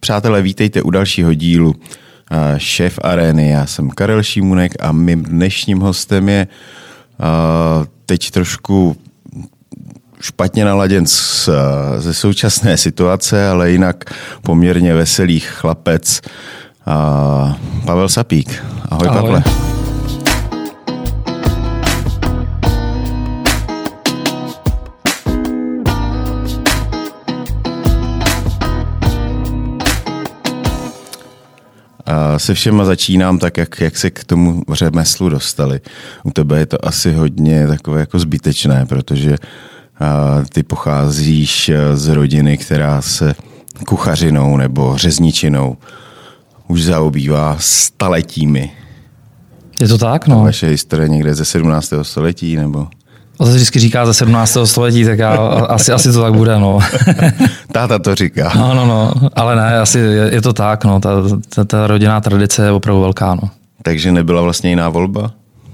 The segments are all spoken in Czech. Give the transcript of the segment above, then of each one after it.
Přátelé, vítejte u dalšího dílu Šéf Arény. Já jsem Karel Šímunek a mým dnešním hostem je teď trošku špatně naladěn ze současné situace, ale jinak poměrně veselý chlapec Pavel Sapík. Ahoj. Pavle. Se všema začínám tak, jak se k tomu řemeslu dostali. U tebe je to asi hodně takové jako zbytečné, protože ty pocházíš z rodiny, která se kuchařinou nebo řezničinou už zaobývá staletími. Je to tak, no. Vaše historie někde ze 17. století, nebo? A to se vždycky říká ze 17. století, tak asi to tak bude, no. Táta to říká. No, ale ne, asi je to tak, no. Ta rodinná tradice je opravdu velká, no. Takže nebyla vlastně jiná volba?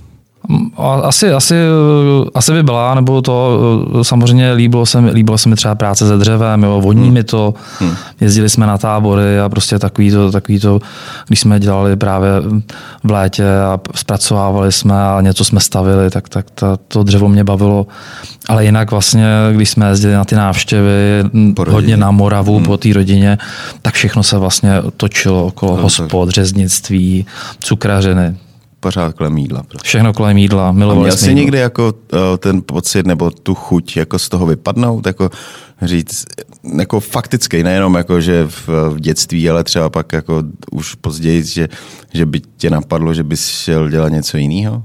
Asi by byla, nebo to samozřejmě líbilo se mi třeba práce se dřevem, jo, vodní mi to, jezdili jsme na tábory a prostě takový to, když jsme dělali právě v létě a zpracovávali jsme a něco jsme stavili, tak to dřevo mě bavilo. Ale jinak vlastně, když jsme jezdili na ty návštěvy hodně na Moravu po té rodině, tak všechno se vlastně točilo okolo hospod, řeznictví, cukrařiny. Pořád kolem jídla. Prostě. Všechno kolem jídla. Měl jsi někdy jako ten pocit nebo tu chuť jako z toho vypadnout, jako říct, jako fakticky, nejenom jako, že v dětství, ale třeba pak jako už později, že by tě napadlo, že bys šel dělat něco jiného?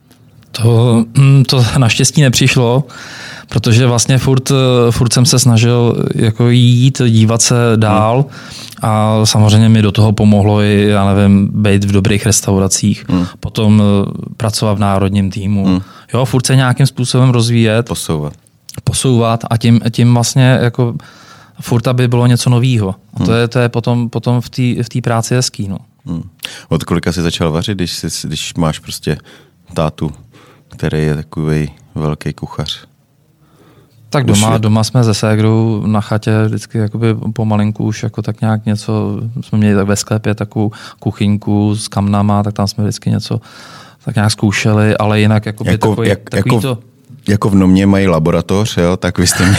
To naštěstí nepřišlo, protože vlastně furt jsem se snažil jako jít, dívat se dál a samozřejmě mi do toho pomohlo i, já nevím, být v dobrých restauracích, potom pracovat v národním týmu. Jo, furt se nějakým způsobem rozvíjet. Posouvat a tím vlastně jako furt, aby bylo něco novýho. A to je potom v té práci hezký. No. Od kolika jsi začal vařit, když máš prostě tátu, který je takový velký kuchař? Tak doma jsme se ségrou na chatě vždycky jakoby pomalinku už jako tak nějak něco, jsme měli tak ve sklepě takovou kuchyňku s kamnama, tak tam jsme vždycky něco tak nějak zkoušeli, ale jinak jakoby takový to... Jako v Nomě mají laboratoř, jo, tak vy jste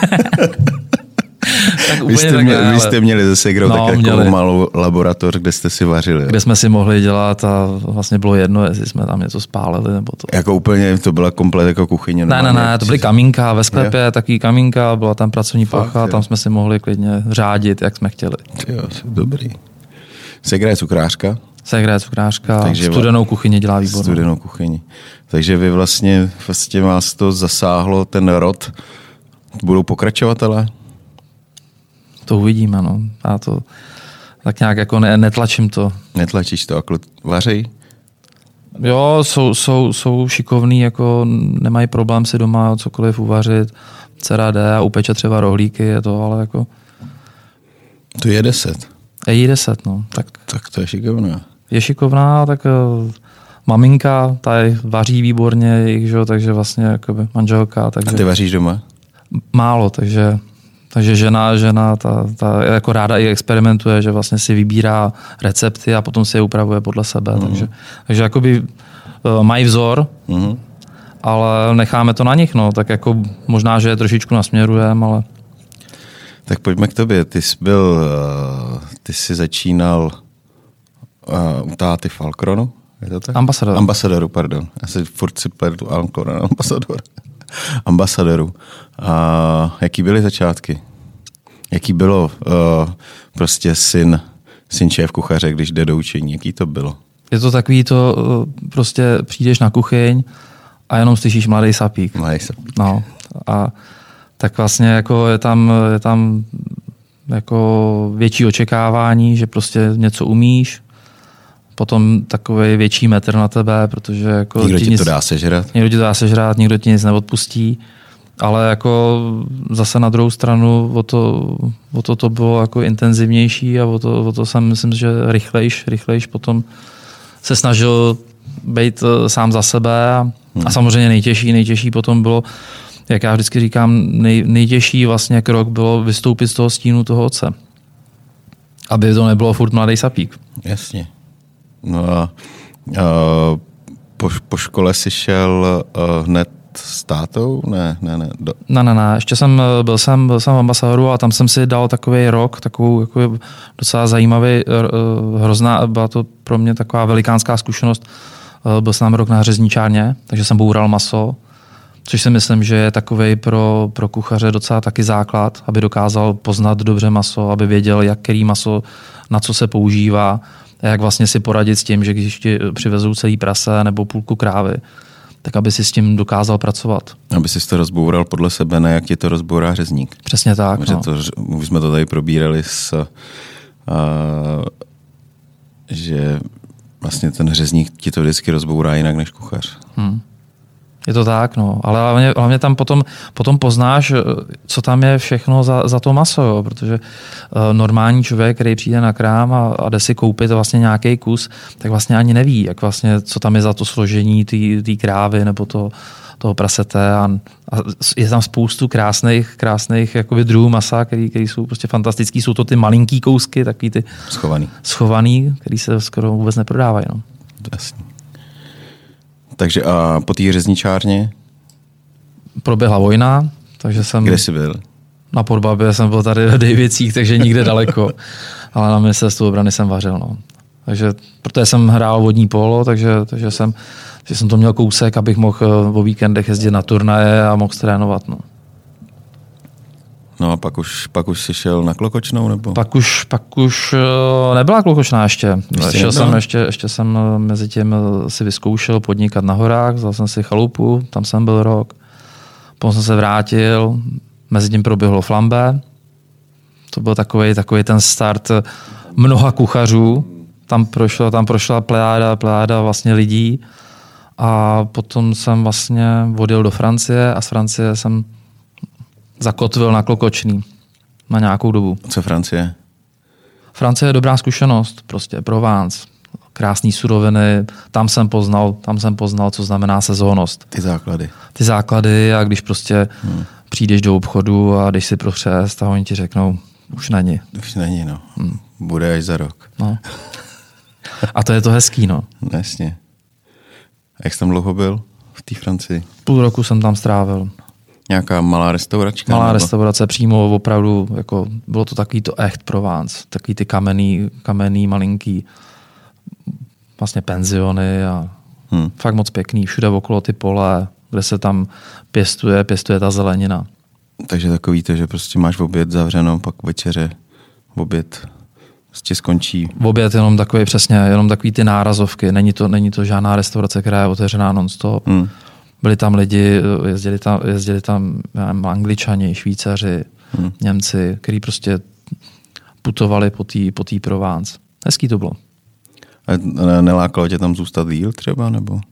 vy jste měli ze ségrou takovou malou laboratoř, kde jste si vařili. Kde jsme si mohli dělat a vlastně bylo jedno, jestli jsme tam něco spálili nebo to. Jako úplně to byla komplet jako kuchyně? Ne, to byly kamínka ve sklepě, takový kamínka, byla tam pracovní plocha, tam jsme si mohli klidně řádit, jak jsme chtěli. Jo, dobrý. Ségra je cukrářka? Ségra je cukrářka, studenou kuchyni dělá výbornou. Studenou kuchyni. Takže vy vlastně vás to zasáhlo, ten rod. Budou pokračovatelé? To uvidíme, no. Já to tak nějak jako netlačím to. Netlačíš to, jako vařej? Jo, jsou šikovní, jako nemají problém si doma cokoliv uvařit. Dcera jde a upeče třeba rohlíky, je to, ale jako... To je 10. Je 10, no. Tak to je šikovná. Je šikovná, tak maminka, ta vaří výborně, takže vlastně jakoby manželka. Takže... A ty vaříš doma? Málo, takže žena ta jako ráda i experimentuje, že vlastně si vybírá recepty a potom si je upravuje podle sebe. Takže jakoby mají vzor, ale necháme to na nich. No. Tak jako možná, že je trošičku nasměrujeme, ale... Tak pojďme k tobě. Ty jsi začínal u táty Falkronu? Je to tak? Ambasadoru, pardon. Já si furt si pletu Ambasadoru. A jaký byly začátky? Jaký bylo prostě syn šéf kuchaře, když jde do učení? Jaký to bylo? Je to takový to, prostě přijdeš na kuchyň a jenom slyšíš mladý Sapík. No. A tak vlastně jako je tam jako větší očekávání, že prostě něco umíš, potom takový větší metr na tebe, protože jako někdo ti to dá sežrat, nikdo ti nic neodpustí, ale jako zase na druhou stranu o to bylo jako intenzivnější a o to jsem myslím, že rychlejš potom se snažil být sám za sebe a samozřejmě nejtěžší potom bylo, jak já vždycky říkám, nejtěžší vlastně krok bylo vystoupit z toho stínu toho otce. Aby to nebylo furt mladý sapík. Jasně. No a po škole jsi šel hned s tátou? Ne. Ne. Ještě byl jsem v ambasadoru a tam jsem si dal takový rok, takovou jako docela zajímavý, hrozná, byla to pro mě taková velikánská zkušenost. Byl jsem rok na řezničárně, takže jsem boural maso, což si myslím, že je takovej pro kuchaře docela taky základ, aby dokázal poznat dobře maso, aby věděl, jak který maso, na co se používá, a jak vlastně si poradit s tím, že když ti přivezou celý prase nebo půlku krávy, tak aby si s tím dokázal pracovat. Aby si to rozboural podle sebe, ne jak ti to rozbourá řezník. Přesně tak. No. Už jsme to tady probírali že vlastně ten řezník ti to vždycky rozbourá jinak než kuchař. Je to tak, no. Ale hlavně tam potom poznáš, co tam je všechno za to maso, jo. Protože normální člověk, který přijde na krám a jde si koupit vlastně nějaký kus, tak vlastně ani neví, jak vlastně, co tam je za to složení té krávy nebo toho prasete a je tam spoustu krásných jakoby druhů masa, který jsou prostě fantastický. Jsou to ty malinký kousky, takový ty schovaný, který se skoro vůbec neprodávají. No. Jasně. Takže a po té řezničárně? Proběhla vojna, takže jsem... Kde jsi byl? Na Podbabě jsem byl tady v Dejvicích, takže nikde daleko. Ale na ministerstvu obrany jsem vařil. No. Takže, protože jsem hrál vodní polo, takže jsem to měl kousek, abych mohl o víkendech jezdit na turnaje a mohl trénovat. No. No a pak už jsi šel na Klokočnou, nebo? Pak už nebyla Klokočná ještě. Ještě jsem mezi tím si vyzkoušel podnikat na horách, vzal jsem si chalupu, tam jsem byl rok. Potom jsem se vrátil, mezi tím proběhlo Flambé. To byl takový ten start mnoha kuchařů. Tam prošla plejáda vlastně lidí. A potom jsem vlastně odjel do Francie a z Francie jsem zakotvil na Klokočný na nějakou dobu. Co Francie? Francie je dobrá zkušenost, prostě Provence, krásné suroviny, tam jsem poznal, co znamená sezónnost. Ty základy a když prostě přijdeš do obchodu a jdeš si pro křest a oni ti řeknou, už není. No. Bude až za rok. No. A to je to hezký, no. Jasně. A jak jsi tam dlouho byl v té Francii? Půl roku jsem tam strávil. Nějaká malá restauračka? Malá restaurace, přímo opravdu, jako bylo to takový to echt Provence, takový ty kamenný, malinký, vlastně penziony a fakt moc pěkný. Všude okolo ty pole, kde se tam pěstuje ta zelenina. Takže takový to, že prostě máš v oběd zavřeno, pak večeře, v oběd prostě skončí. V oběd jenom takový ty nárazovky. Není to žádná restaurace, která je otevřená non-stop. Byli tam lidi, jezdili tam Angličani, Švýcaři, Němci, kteří prostě putovali po té Provence. Hezký to bylo. A nelákalo tě tam zůstat díl třeba, nebo?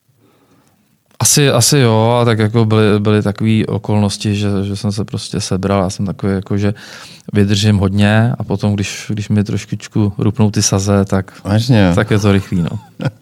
Asi jo, a tak jako byly takové okolnosti, že jsem se prostě sebral. Já jsem takový, jako, že vydržím hodně a potom, když mi trošičku rupnou ty saze, tak je to rychlý. No.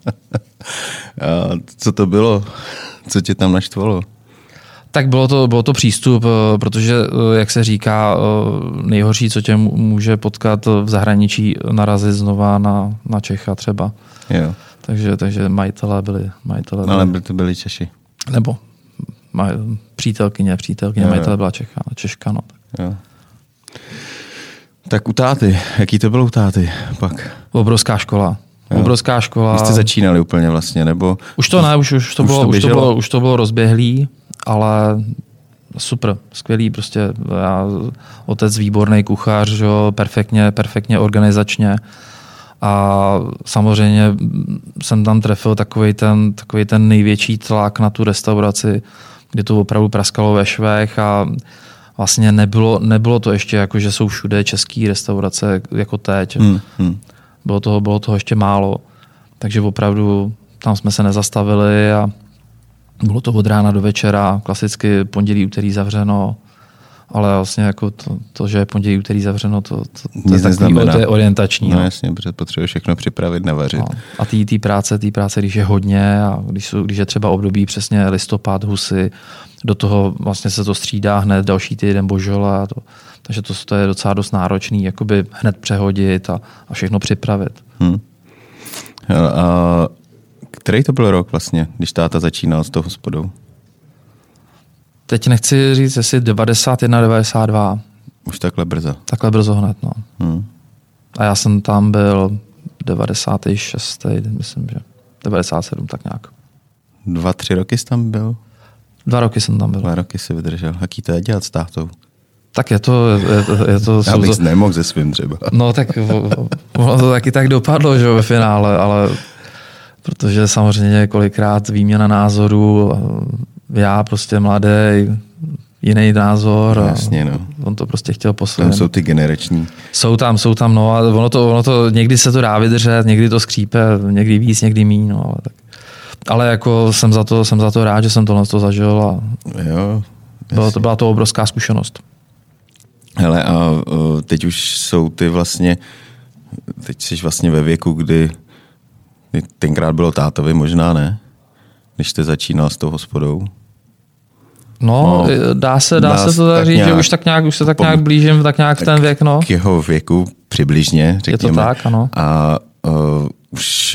A co to bylo? Co tě tam naštvalo? Tak bylo to přístup, protože, jak se říká, nejhorší, co tě může potkat v zahraničí, narazit znova na Čecha třeba. Jo. Takže majitelé byli. Ale byli Češi. Nebo přítelkyně majitele byla Češka. No. Jo. Tak u táty, jaký to bylo u táty pak? Obrovská škola. Vy jste začínali úplně vlastně, nebo? Už to bylo rozběhlý, ale super, skvělý, prostě otec výborný kuchař, jo, perfektně organizačně a samozřejmě jsem tam trefil takový ten největší tlak na tu restauraci, kde to opravdu praskalo ve švech a vlastně nebylo to ještě jako, že jsou všude české restaurace jako teď. Bylo toho ještě málo, takže opravdu tam jsme se nezastavili a bylo to od rána do večera, klasicky pondělí, úterý zavřeno, ale vlastně jako to že je pondělí, úterý zavřeno, to je orientační. No jasně, protože potřebuje všechno připravit, navařit. No. A té práce, když je hodně a když je třeba období přesně listopad, Husy, do toho vlastně se to střídá hned další týden Božola, že to je docela dost náročný, jakoby hned přehodit a všechno připravit. A který to byl rok vlastně, když táta začínal s tou hospodou? Teď nechci říct, jestli 91, 92. Už takhle brzo. Takhle brzo hned, no. A já jsem tam byl 96. myslím, že 97, tak nějak. 2-3 roky jsi tam byl? 2 roky jsem tam byl. 2 roky si vydržel. Jaký to je dělat s tátou? Tak je to Já bych nemohl se svým třeba. No tak ono to taky tak dopadlo, že ve finále, ale protože samozřejmě kolikrát výměna názorů, já prostě mladý, jiný názor. Jasně, no. On to prostě chtěl posunout. Tam jsou ty generační. Jsou tam, no a ono to, někdy se to dá vydržet, někdy to skřípe, někdy víc, někdy míň, no ale tak. Ale jako jsem za to rád, že jsem tohle zažil a jo, byla to obrovská zkušenost. Hele, a teď už jsou ty vlastně, teď jsi vlastně ve věku, kdy tenkrát bylo tátovi, možná ne, když jste začínal s tou hospodou. No, dá se to tak říct, že už se tak nějak blížím, tak nějak ten věk, no. K jeho věku přibližně, řekněme. Je to tak, ano. A už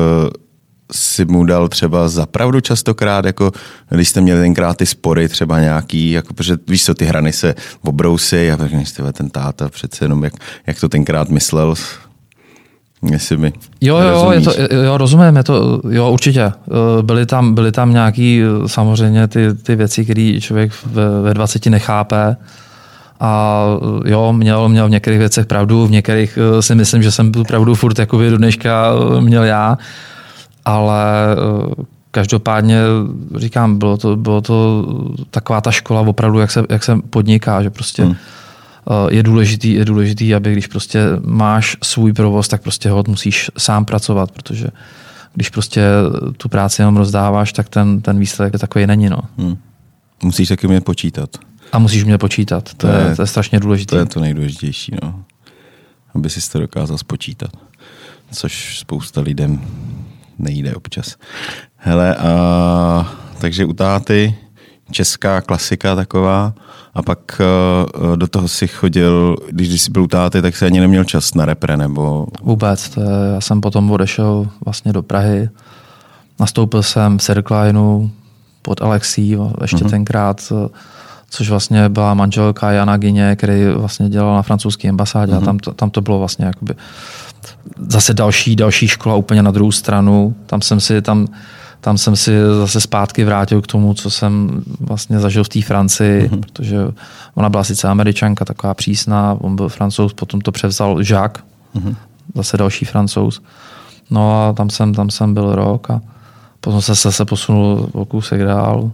si mu dal třeba zapravdu častokrát, jako když jste měli tenkrát ty spory třeba nějaký, jako, protože víš co, ty hrany se obrousí a tak jste ten táta přece jenom, jak to tenkrát myslel, jestli mi rozumíš. Rozumím, jo, určitě. Byly tam nějaký samozřejmě ty věci, které člověk ve 20 nechápe. A jo, měl v některých věcech pravdu, v některých si myslím, že jsem tu pravdu furt jakoby do dneška měl já. Ale každopádně říkám, bylo to taková ta škola opravdu, jak se podniká, že prostě je důležitý, aby když prostě máš svůj provoz, tak prostě ho musíš sám pracovat, protože když prostě tu práci jenom rozdáváš, tak ten výsledek je takový není. No. Musíš taky umět počítat. A musíš umět počítat, to je strašně důležité. To je to nejdůležitější, no. Aby si to dokázal spočítat, což spousta lidem nejde občas. Hele, takže u táty česká klasika taková a pak do toho si chodil, když jsi byl u táty, tak jsi ani neměl čas na repre, nebo? Vůbec, já jsem potom odešel vlastně do Prahy, nastoupil jsem v Circlineu pod Alexí, ještě tenkrát, což vlastně byla manželka Jana Gyně, který vlastně dělal na francouzské ambasádě a tam to bylo vlastně jakoby zase další škola úplně na druhou stranu. Tam jsem si zase zpátky vrátil k tomu, co jsem vlastně zažil v té Francii, protože ona byla sice Američanka, taková přísná, on byl Francouz, potom to převzal Jacques, zase další Francouz. No a tam jsem byl rok a potom se posunul o kousek dál.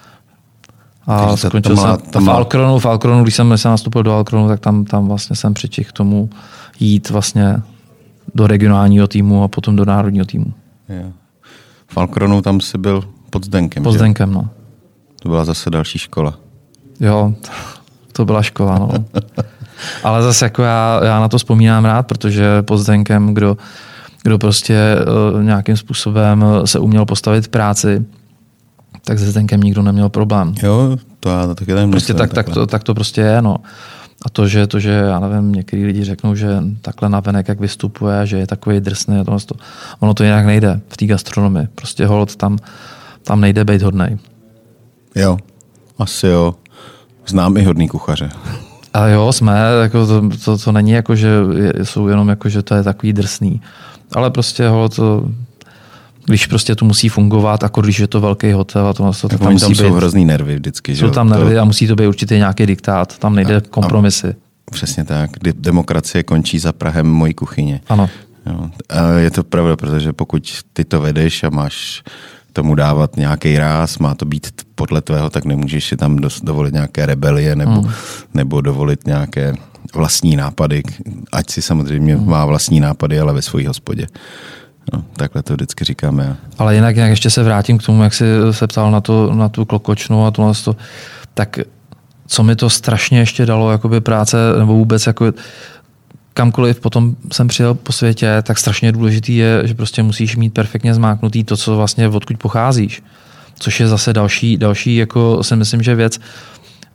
A skončil jsem v Alcronu, když jsem nastoupil do Alcronu, tak tam vlastně jsem přičich k tomu jít vlastně do regionálního týmu a potom do národního týmu. Yeah. V Alcronu tam jsi byl pod Zdenkem, Pod Zdenkem, no. To byla zase další škola. Jo, to byla škola, no. Ale zase jako já na to vzpomínám rád, protože pod Zdenkem, kdo prostě nějakým způsobem se uměl postavit v práci, tak se Zdenkem nikdo neměl problém. Jo, to já taky tam prostě tak to prostě je, no. A to, že já nevím, některý lidi řeknou, že takhle navenek, jak vystupuje, že je takový drsný, ono to jinak nejde v té gastronomii. Prostě holt tam nejde být hodnej. Jo, asi jo. Znám i hodný kuchaře. A jo, jako to není jako, že jsou jenom jako, že to je takový drsný. Ale prostě holt, když prostě to musí fungovat, jako když je to velký hotel a to tam musí být. Jsou hrozný nervy vždycky. Jsou tam nervy a musí to být určitě nějaký diktát. Tam nejde kompromisy. Přesně tak. Demokracie končí za prahem mojí kuchyně. Ano. Jo. A je to pravda, protože pokud ty to vedeš a máš tomu dávat nějaký ráz, má to být podle tvého, tak nemůžeš si tam dovolit nějaké rebelie nebo dovolit nějaké vlastní nápady. Ať si samozřejmě má vlastní nápady, ale ve své hospodě. No, takhle to vždycky říkáme. Ale jinak ještě se vrátím k tomu, jak jsi se ptal na tu klokočnu a to, tak co mi to strašně ještě dalo jakoby práce, nebo vůbec jako kamkoliv potom jsem přijel po světě, tak strašně důležitý je, že prostě musíš mít perfektně zmáknutý to, co vlastně odkud pocházíš. Což je zase další jako si myslím, že věc,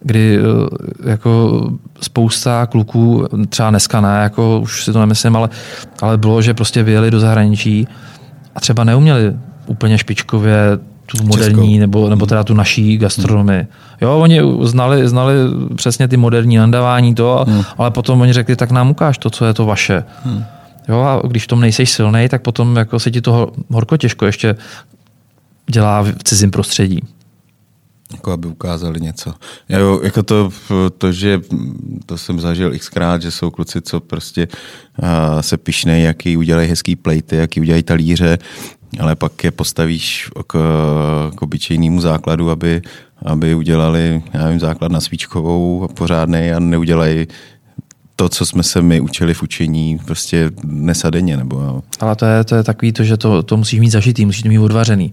kdy jako spousta kluků, třeba dneska ne, jako už si to nemyslím, ale bylo, že prostě vyjeli do zahraničí a třeba neuměli úplně špičkově tu moderní nebo teda tu naší gastronomii. Jo, oni znali přesně ty moderní nadávání ale potom oni řekli, tak nám ukáž to, co je to vaše. Jo, a když v tom nejseš silnej, tak potom jako se ti to horko těžko ještě dělá v cizím prostředí. Jako aby ukázali něco. Jo, jako to, že to jsem zažil xkrát, že jsou kluci, co prostě se pyšnej, jaký udělají hezký plejty, jaký udělají talíře, ale pak je postavíš k obyčejnému základu, aby udělali, já nevím, základ na svíčkovou pořádnej a neudělají to, co jsme se my učili v učení, prostě dnes a denně. Nebo. Ale to je takový to, že to musíš mít zažitý, musíš to mít odvařený.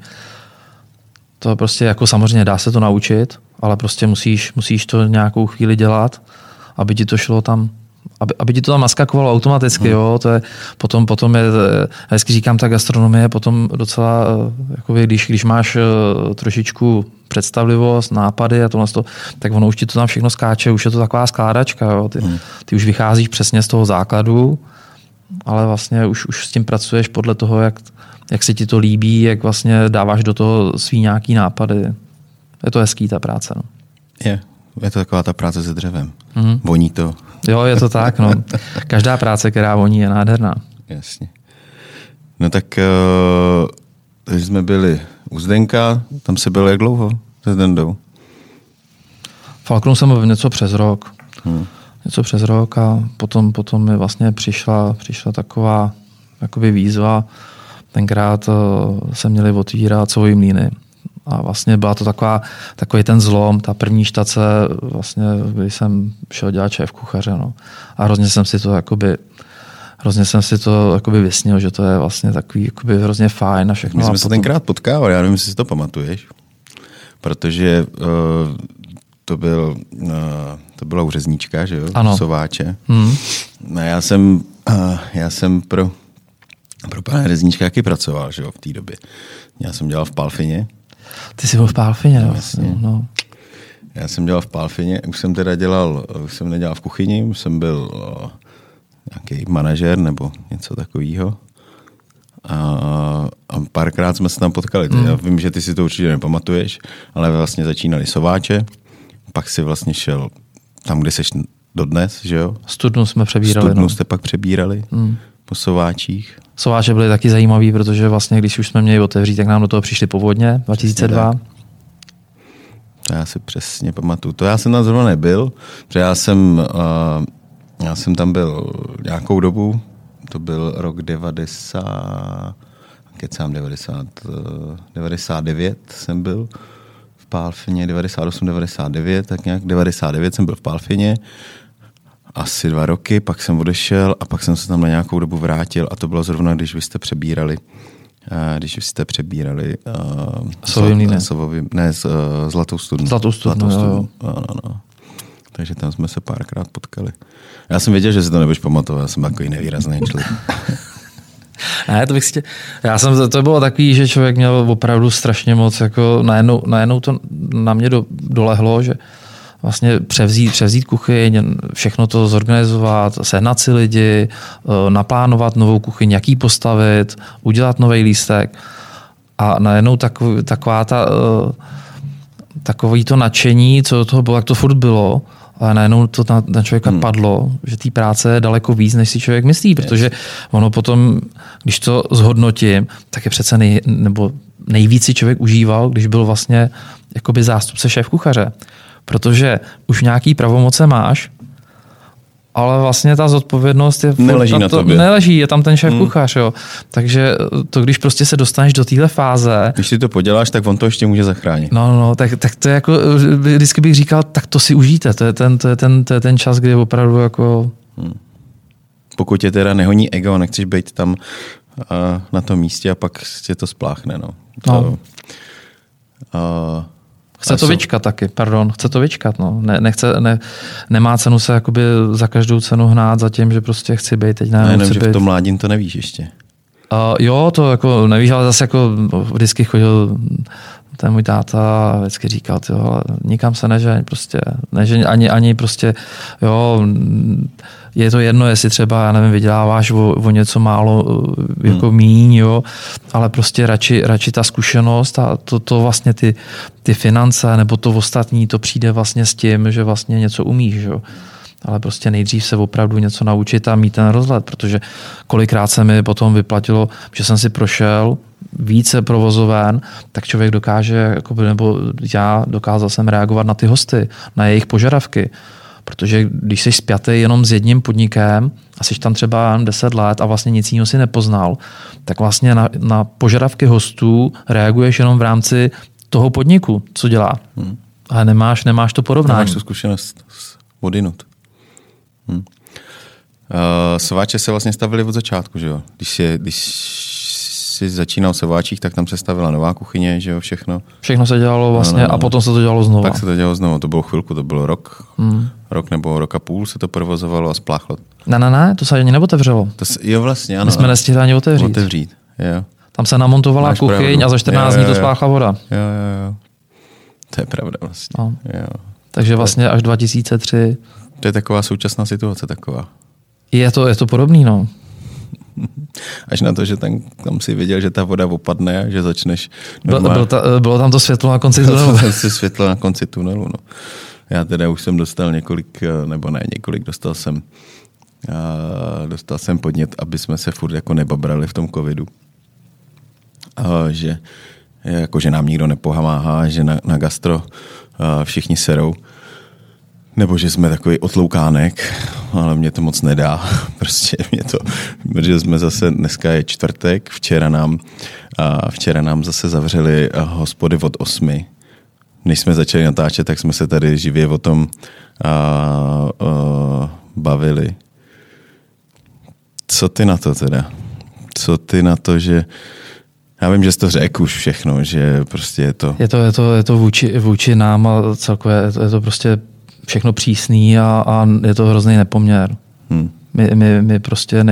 To prostě jako samozřejmě dá se to naučit, ale prostě musíš to nějakou chvíli dělat, aby ti to šlo tam, aby ti to tam naskakovalo automaticky. Jo? To je, potom je, já vždycky říkám, ta gastronomie potom docela, jakoby, když máš trošičku představlivost, nápady a tohle, tak ono už ti to tam všechno skáče, už je to taková skládačka. Jo? Ty už vycházíš přesně z toho základu, ale vlastně už s tím pracuješ podle toho, jak se ti to líbí, jak vlastně dáváš do toho svý nějaký nápady. Je to hezký, ta práce. No. Je to taková ta práce se dřevem. Voní to. Jo, je to tak. No. Každá práce, která voní, je nádherná. Jasně. No tak když jsme byli u Zdenka, tam se byl jak dlouho se Zdendou? Falknu jsem byl něco přes rok. Něco přes rok a potom mi vlastně přišla taková jakoby výzva. Tenkrát se měli otvírat Sovy Mlýny. A vlastně byla to takový ten zlom, ta první štace, vlastně, když jsem šel dělat šéf kuchaře. No. A hrozně jsem si to vysnil, že to je vlastně takový hrozně fajn a všechno. My jsme se tenkrát potkávali, já nevím, jestli si to pamatuješ, protože to byla u Řezníčka, že jo? Ano. Sováče. No já jsem pro pana Řezníčka jaký pracoval, že jo, v té době. Já jsem dělal v Pálfině. Ty jsi byl v Pálfině, vlastně. No. Já jsem dělal v Pálfině, už jsem nedělal v kuchyni, už jsem byl nějaký manažer nebo něco takového. A párkrát jsme se tam potkali. Já vím, že ty si to určitě nepamatuješ, ale vlastně začínali Sováče, pak si vlastně šel tam, kde seš dodnes, že jo? Studnu jsme přebírali. Studnu jste pak přebírali po Sováčích. Sováče byly taky zajímavý, protože vlastně, když už jsme měli otevřít, tak nám do toho přišli povodně 2002. To já si přesně pamatuju. To já jsem tam zrovna nebyl, protože já jsem tam byl nějakou dobu, to byl rok 99 jsem byl v Pálfině, 98, 99, tak nějak 99 jsem byl v Pálfině, asi 2 roky, pak jsem odešel a pak jsem se tam na nějakou dobu vrátil a to bylo zrovna, když vy jste přebírali Zlatou studnu. Zlatou studnu. No. Takže tam jsme se párkrát potkali. Já jsem věděl, že si to nebudeš pamatovat, já jsem takový nevýrazný člověk. Ne, to bylo takový, že člověk měl opravdu strašně moc, jako najednou to na mě dolehlo, že vlastně převzít kuchyň, všechno to zorganizovat, sehnat si lidi, naplánovat novou kuchyň, jak ji postavit, udělat nový lístek. A najednou takový to nadšení, co do toho bylo, jak to furt bylo, ale najednou to na člověka padlo, že té práce je daleko víc, než si člověk myslí, protože ono potom, když to zhodnotím, tak je přece nejvíc si člověk užíval, když byl vlastně jakoby zástupce šéf kuchaře. Protože už nějaký pravomoce máš, ale vlastně ta zodpovědnost je neleží na tobě. Neleží, je tam ten šéf kuchař. Jo. Takže to, když prostě se dostaneš do téhle fáze... Když si to poděláš, tak on to ještě může zachránit. No, tak to je jako, vždycky bych říkal, tak to si užijte. To je ten čas, kdy opravdu jako... Pokud tě teda nehoní ego, nechceš být tam na tom místě a pak tě to spláchne. Chce to vyčkat. No. Nemá cenu se jakoby za každou cenu hnát za tím, že prostě chci být teď. Jenom, že v tom mládím to nevíš ještě. Jo, to jako nevíš, ale zase jako vždycky chodil ten můj táta vždycky říkal, ale nikam se nežeň, prostě, ani prostě, jo, je to jedno, jestli třeba, já nevím, vyděláváš o něco málo jako míň, jo, ale prostě radši ta zkušenost a to vlastně ty finance nebo to ostatní, to přijde vlastně s tím, že vlastně něco umíš, jo. Ale prostě nejdřív se opravdu něco naučit a mít ten rozhled, protože kolikrát se mi potom vyplatilo, že jsem si prošel více provozoven, tak člověk dokáže, nebo já dokázal jsem reagovat na ty hosty, na jejich požadavky. Protože když jsi spjatý jenom s jedním podnikem a jsi tam třeba 10 let a vlastně nic jiného si nepoznal, tak vlastně na požadavky hostů reaguješ jenom v rámci toho podniku, co dělá. Ale nemáš to porovnání. Nemáš tu zkušenost odinut. Seváče se vlastně stavili od začátku, že jo? Když jsi začínal v Seváčích, tak tam se stavila nová kuchyně, že jo, všechno. Všechno se dělalo vlastně a potom se to dělalo znovu. Tak se to dělalo znovu, to bylo chvilku, to bylo rok. Rok nebo rok a půl se to provozovalo a spláchlo. Ne, to se ani neotevřelo. Jo, vlastně, ano. My jsme nestihli ani otevřít. Jo. Tam se namontovala kuchyň a za 14 dní to spláchla voda. Jo. To je pravda vlastně. No. Jo. Takže vlastně až 2003. To je taková současná situace taková. Je to podobný, no. Až na to, že tam si viděl, že ta voda opadne a že začneš... Bylo tam to světlo na konci tunelu. Světlo na konci tunelu, no. Já teda už jsem dostal dostal jsem podnět, aby jsme se furt jako nebabrali v tom covidu. Že nám nikdo nepomáhá, že na gastro všichni serou. Nebo že jsme takový otloukánek, ale mě to moc nedá. Prostě protože jsme zase, dneska je čtvrtek, včera nám zase zavřeli hospody od 8. Než jsme začali natáčet, tak jsme se tady živě o tom bavili. Co ty na to teda? Co ty na to, že... Já vím, že jsi to řekl už všechno, že prostě je to... Je to vůči nám a celkově je to prostě všechno přísný a je to hrozný nepoměr. My prostě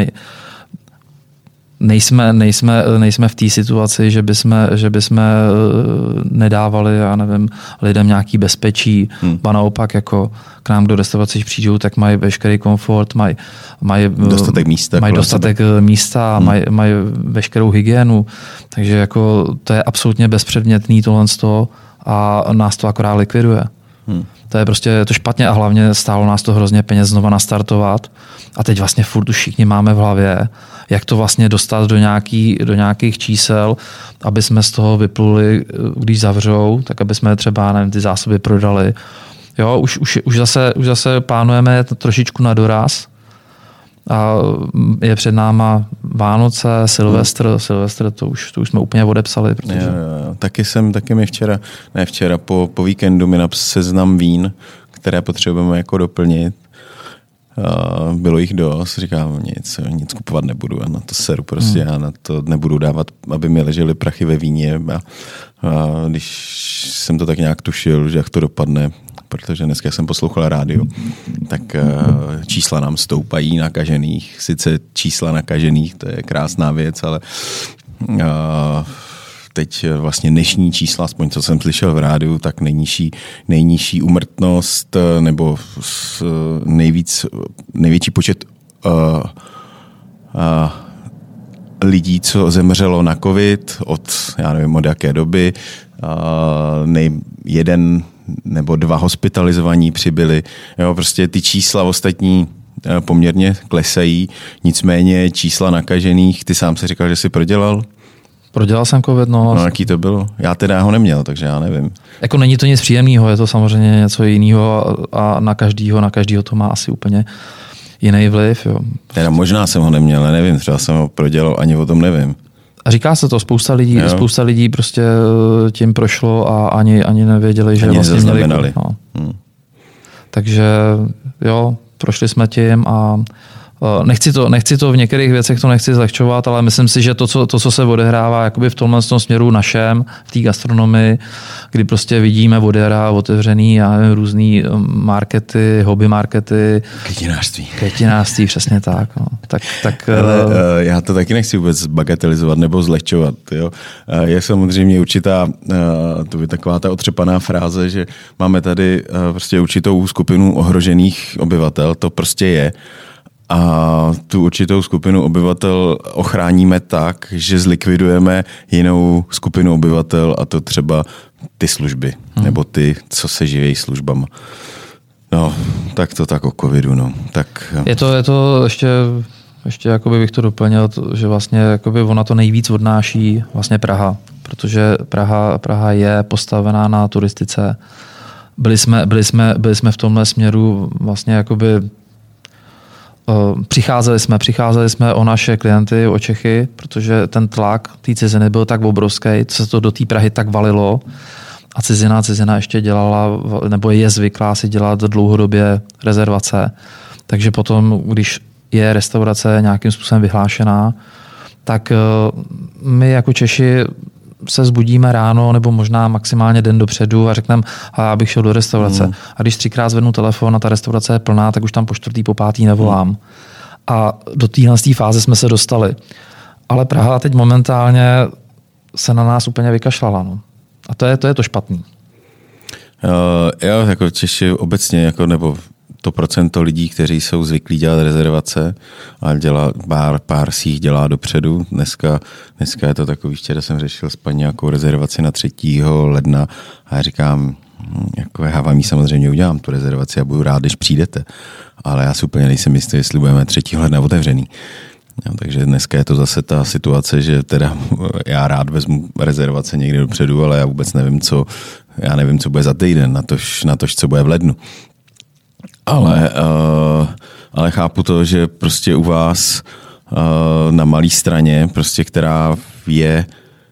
nejsme v té situaci, že bychom nedávali, já nevím, lidem nějaký bezpečí, ba naopak, jako k nám do restaurací přijdou, tak mají veškerý komfort, mají dostatek místa, mají veškerou hygienu, takže jako to je absolutně bezpředmětný tohle a nás to akorát likviduje. To je prostě to špatně a hlavně stálo nás to hrozně peněz znova nastartovat a teď vlastně furt už všichni máme v hlavě, jak to vlastně dostat do nějakých čísel, aby jsme z toho vypluli, když zavřou, tak aby jsme třeba, nevím, ty zásoby prodali. Jo, už zase plánujeme trošičku na doraz a je před náma Vánoce, Silvestr, to už jsme úplně odepsali. Protože... Jo. Taky mi včera po víkendu mi napsal seznam vín, které potřebujeme jako doplnit. Bylo jich dost, říkám, nic kupovat nebudu a na to seru prostě, já na to nebudu dávat, aby mi ležely prachy ve víně a když jsem to tak nějak tušil, že jak to dopadne, protože dneska jsem poslouchal rádio, tak čísla nám stoupají nakažených, sice čísla nakažených, to je krásná věc, ale teď vlastně dnešní čísla, aspoň co jsem slyšel v rádiu, tak nejnižší úmrtnost nebo největší počet lidí, co zemřelo na covid já nevím od jaké doby, 1 nebo 2 hospitalizovaní přibyli. Jo, prostě ty čísla ostatní poměrně klesají, nicméně čísla nakažených, ty sám si říkal, že jsi prodělal? Prodělal jsem covid, no. No, jaký to bylo? Já teda ho neměl, takže já nevím. Jako není to nic příjemného, je to samozřejmě něco jiného a na každýho to má asi úplně jiný vliv. Jo. Teda možná jsem ho neměl, ale nevím, třeba jsem ho prodělal, ani o tom nevím. A říká se to, spousta lidí prostě tím prošlo a ani nevěděli, že vlastně měli. No. Takže jo, prošli jsme tím a Nechci to v některých věcech to nechci zlehčovat, ale myslím si, že to, co se odehrává jakoby v tomhle směru našem, v té gastronomii, kdy prostě vidíme odehrává otevřený, já nevím, různý markety, hobby markety. Květinářství, přesně tak. No. Tak ale, já to taky nechci vůbec bagatelizovat nebo zlehčovat. Jo. Je samozřejmě určitá, to je taková ta otřepaná fráze, že máme tady prostě určitou skupinu ohrožených obyvatel, to prostě je. A tu určitou skupinu obyvatel ochráníme tak, že zlikvidujeme jinou skupinu obyvatel, a to třeba ty služby, nebo ty, co se živějí službama. No, tak to tak o covidu, no. Tak, je to ještě jakoby bych to doplnil, že vlastně jakoby ona to nejvíc odnáší vlastně Praha, protože Praha je postavená na turistice. Byli jsme v tomhle směru vlastně jakoby Přicházeli jsme o naše klienty, o Čechy, protože ten tlak té ciziny byl tak obrovský, co se to do té Prahy tak valilo a cizina ještě dělala, nebo je zvyklá si dělat dlouhodobě rezervace. Takže potom, když je restaurace nějakým způsobem vyhlášená, tak my jako Češi se zbudíme ráno nebo možná maximálně den dopředu a řekneme, já bych šel do restaurace. A když 3krát zvednu telefon a ta restaurace je plná, tak už tam po 4., po 5. nevolám. A do téhle fáze jsme se dostali. Ale Praha teď momentálně se na nás úplně vykašlala. No. A to je to špatný. Jo, jako Češi obecně, jako, nebo to procento lidí, kteří jsou zvyklí dělat rezervace a pár si jich dělá dopředu. Dneska je to takový, včera jsem řešil s paní nějakou rezervaci na 3. ledna a já říkám, jako já vám ji samozřejmě udělám tu rezervaci a budu rád, když přijdete. Ale já si úplně nejsem jistý, jestli budeme 3. ledna otevřený. No, takže dneska je to zase ta situace, že teda já rád vezmu rezervace někdy dopředu, ale já vůbec nevím, co bude za týden, na tož, co bude v lednu. Ale chápu to, že prostě u vás na malé straně, prostě, která je,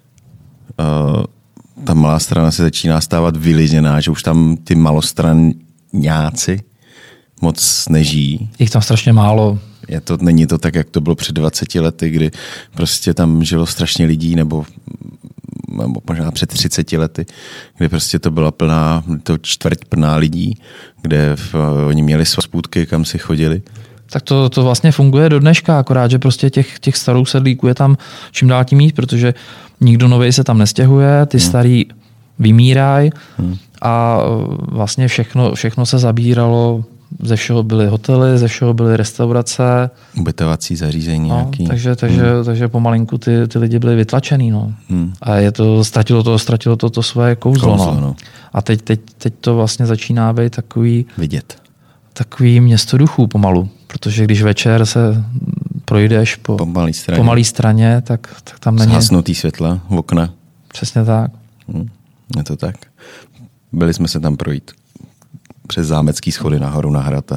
ta malá strana se začíná stávat vyliděná, že už tam ty malostraňáci moc nežijí. Jich tam strašně málo. Není to tak, jak to bylo před 20 lety, kdy prostě tam žilo strašně lidí, nebo možná před 30 lety, kdy prostě to byla čtvrť plná lidí, kde oni měli své spůdky, kam si chodili. Tak to vlastně funguje do dneška, akorát, že prostě těch starou sedlíků je tam čím dál tím víc, protože nikdo novej se tam nestěhuje, ty starý vymírají a vlastně všechno se zabíralo. Ze všeho byly hotely, ze všeho byly restaurace. Ubytovací zařízení nějaký. Takže pomalinku ty lidi byli vytlačený. No. A ztratilo to svoje kouzlo. No. A teď to vlastně začíná být takový město duchů pomalu. Protože když večer se projdeš po malé straně, tak tam není... Zhasnutý světla v okna. Přesně tak. Je to tak. Byli jsme se tam projít. Přes zámecký schody nahoru na hrad.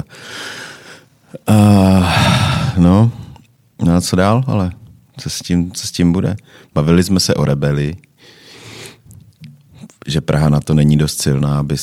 No a co dál, ale co s tím bude? Bavili jsme se o rebelii, že Praha na to není dost silná, aby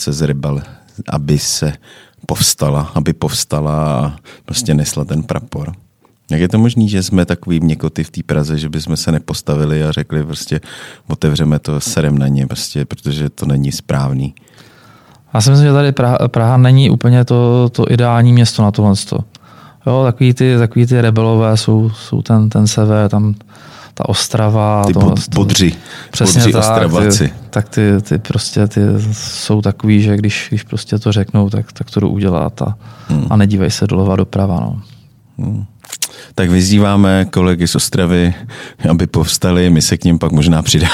povstala a prostě nesla ten prapor. Jak je to možný, že jsme takový měkoty v té Praze, že bychom se nepostavili a řekli prostě otevřeme to, serem na ně, prostě, protože to není správný. Já si myslím, že tady Praha není úplně to ideální město na tohle. Jo, takový ty rebelové jsou ten sever, tam ta Ostrava. Ty Bodři. Přesně Bodři, Ostravaci. Tak ty prostě jsou takový, že když prostě to řeknou, tak to jdu udělat a nedívej se doleva doprava. No. Tak vyzýváme kolegy z Ostravy, aby povstali, my se k ním pak možná přidáme.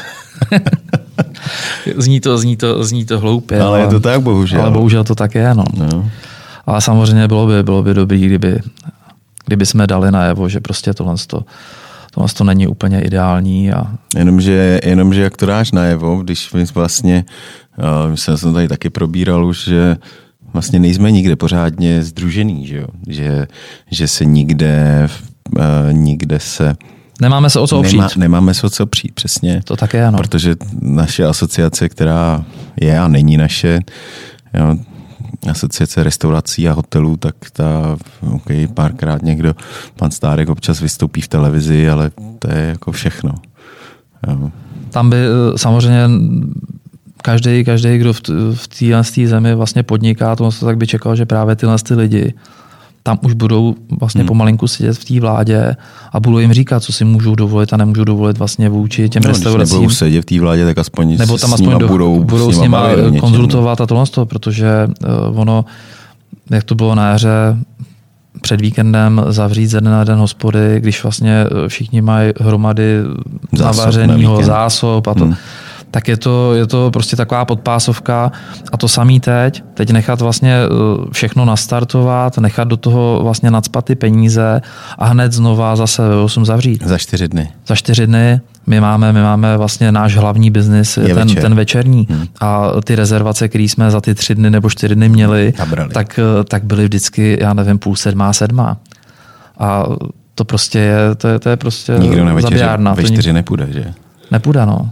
Zní to hloupě. Ale je to tak, bohužel. Ale bohužel to tak je, no. Ale samozřejmě bylo by dobrý, kdyby jsme dali najevo, že prostě tohle není úplně ideální. Jenomže jak to dáš najevo, když vlastně, myslím, jsem tady taky probíral už, že vlastně nejsme nikde pořádně sdružený, že se nikde se... Nemáme se o co opřít. Nemáme se o co opřít, přesně. To také ano. Protože naše asociace, která je a není naše, jo, asociace restaurací a hotelů, tak ta, párkrát někdo, pan Stárek občas vystoupí v televizi, ale to je jako všechno. Jo. Tam by samozřejmě každý, kdo v téhle zemi vlastně podniká, tak by čekal, že právě tyhle lidi tam už budou vlastně pomalinku sedět v té vládě a budou jim říkat, co si můžou dovolit a nemůžou dovolit vlastně vůči těm restauracím. Když nebudou sedět v té vládě, tak aspoň nebo tam aspoň budou s nima konzultovat a tohle, protože ono, jak to bylo na jaře, před víkendem zavřít ze dne na den hospody, když vlastně všichni mají hromady navařenýho zásob a to. Tak je to prostě taková podpásovka a to samý teď nechat vlastně všechno nastartovat, nechat do toho vlastně nacpat ty peníze a hned znova zase ve 8 zavřít. Za 4 dny. Za 4 dny. My máme vlastně náš hlavní biznis, ten večerní. A ty rezervace, které jsme za ty 3 dny nebo 4 dny měli, tak byly vždycky, já nevím, 6:30, 7:30. A to prostě je prostě nikdo na večeře ve 4 nepůjde, že? Nepůjde, no.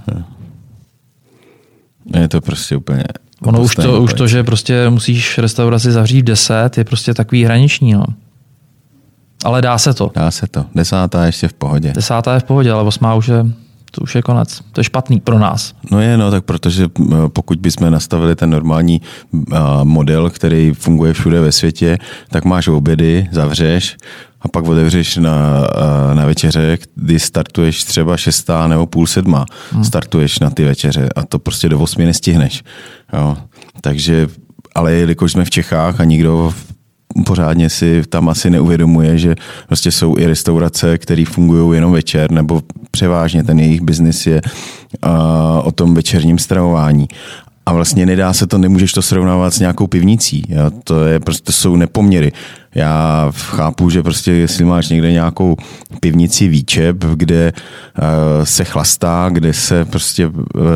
Je to prostě úplně... Ono už to, že prostě musíš restauraci zavřít v 10, je prostě takový hraniční, no. Ale dá se to. Dá se to. 10. je ještě v pohodě. 10. je v pohodě, ale 8. to už je konec. To je špatný pro nás. No tak protože pokud bychom nastavili ten normální model, který funguje všude ve světě, tak máš obědy, zavřeš a pak otevřeš na večeře, kdy startuješ třeba 6. nebo 6:30. Startuješ na ty večeře a to prostě do 8 nestihneš. Jo. Takže, ale jelikož jsme v Čechách a nikdo pořádně si tam asi neuvědomuje, že prostě jsou i restaurace, které fungují jenom večer, nebo převážně ten jejich biznis je o tom večerním stravování. A vlastně nemůžeš to srovnávat s nějakou pivnicí. Jo? To jsou nepoměry. Já chápu, že prostě jestli máš někde nějakou pivnici Výčep, kde se chlastá, kde se prostě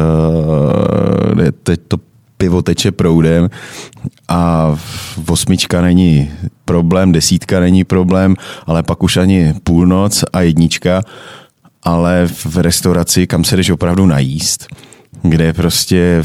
teď to pivo teče proudem a 8 není problém, 10 není problém, ale pak už ani půlnoc a 1, ale v restauraci, kam se jdeš opravdu najíst, kde prostě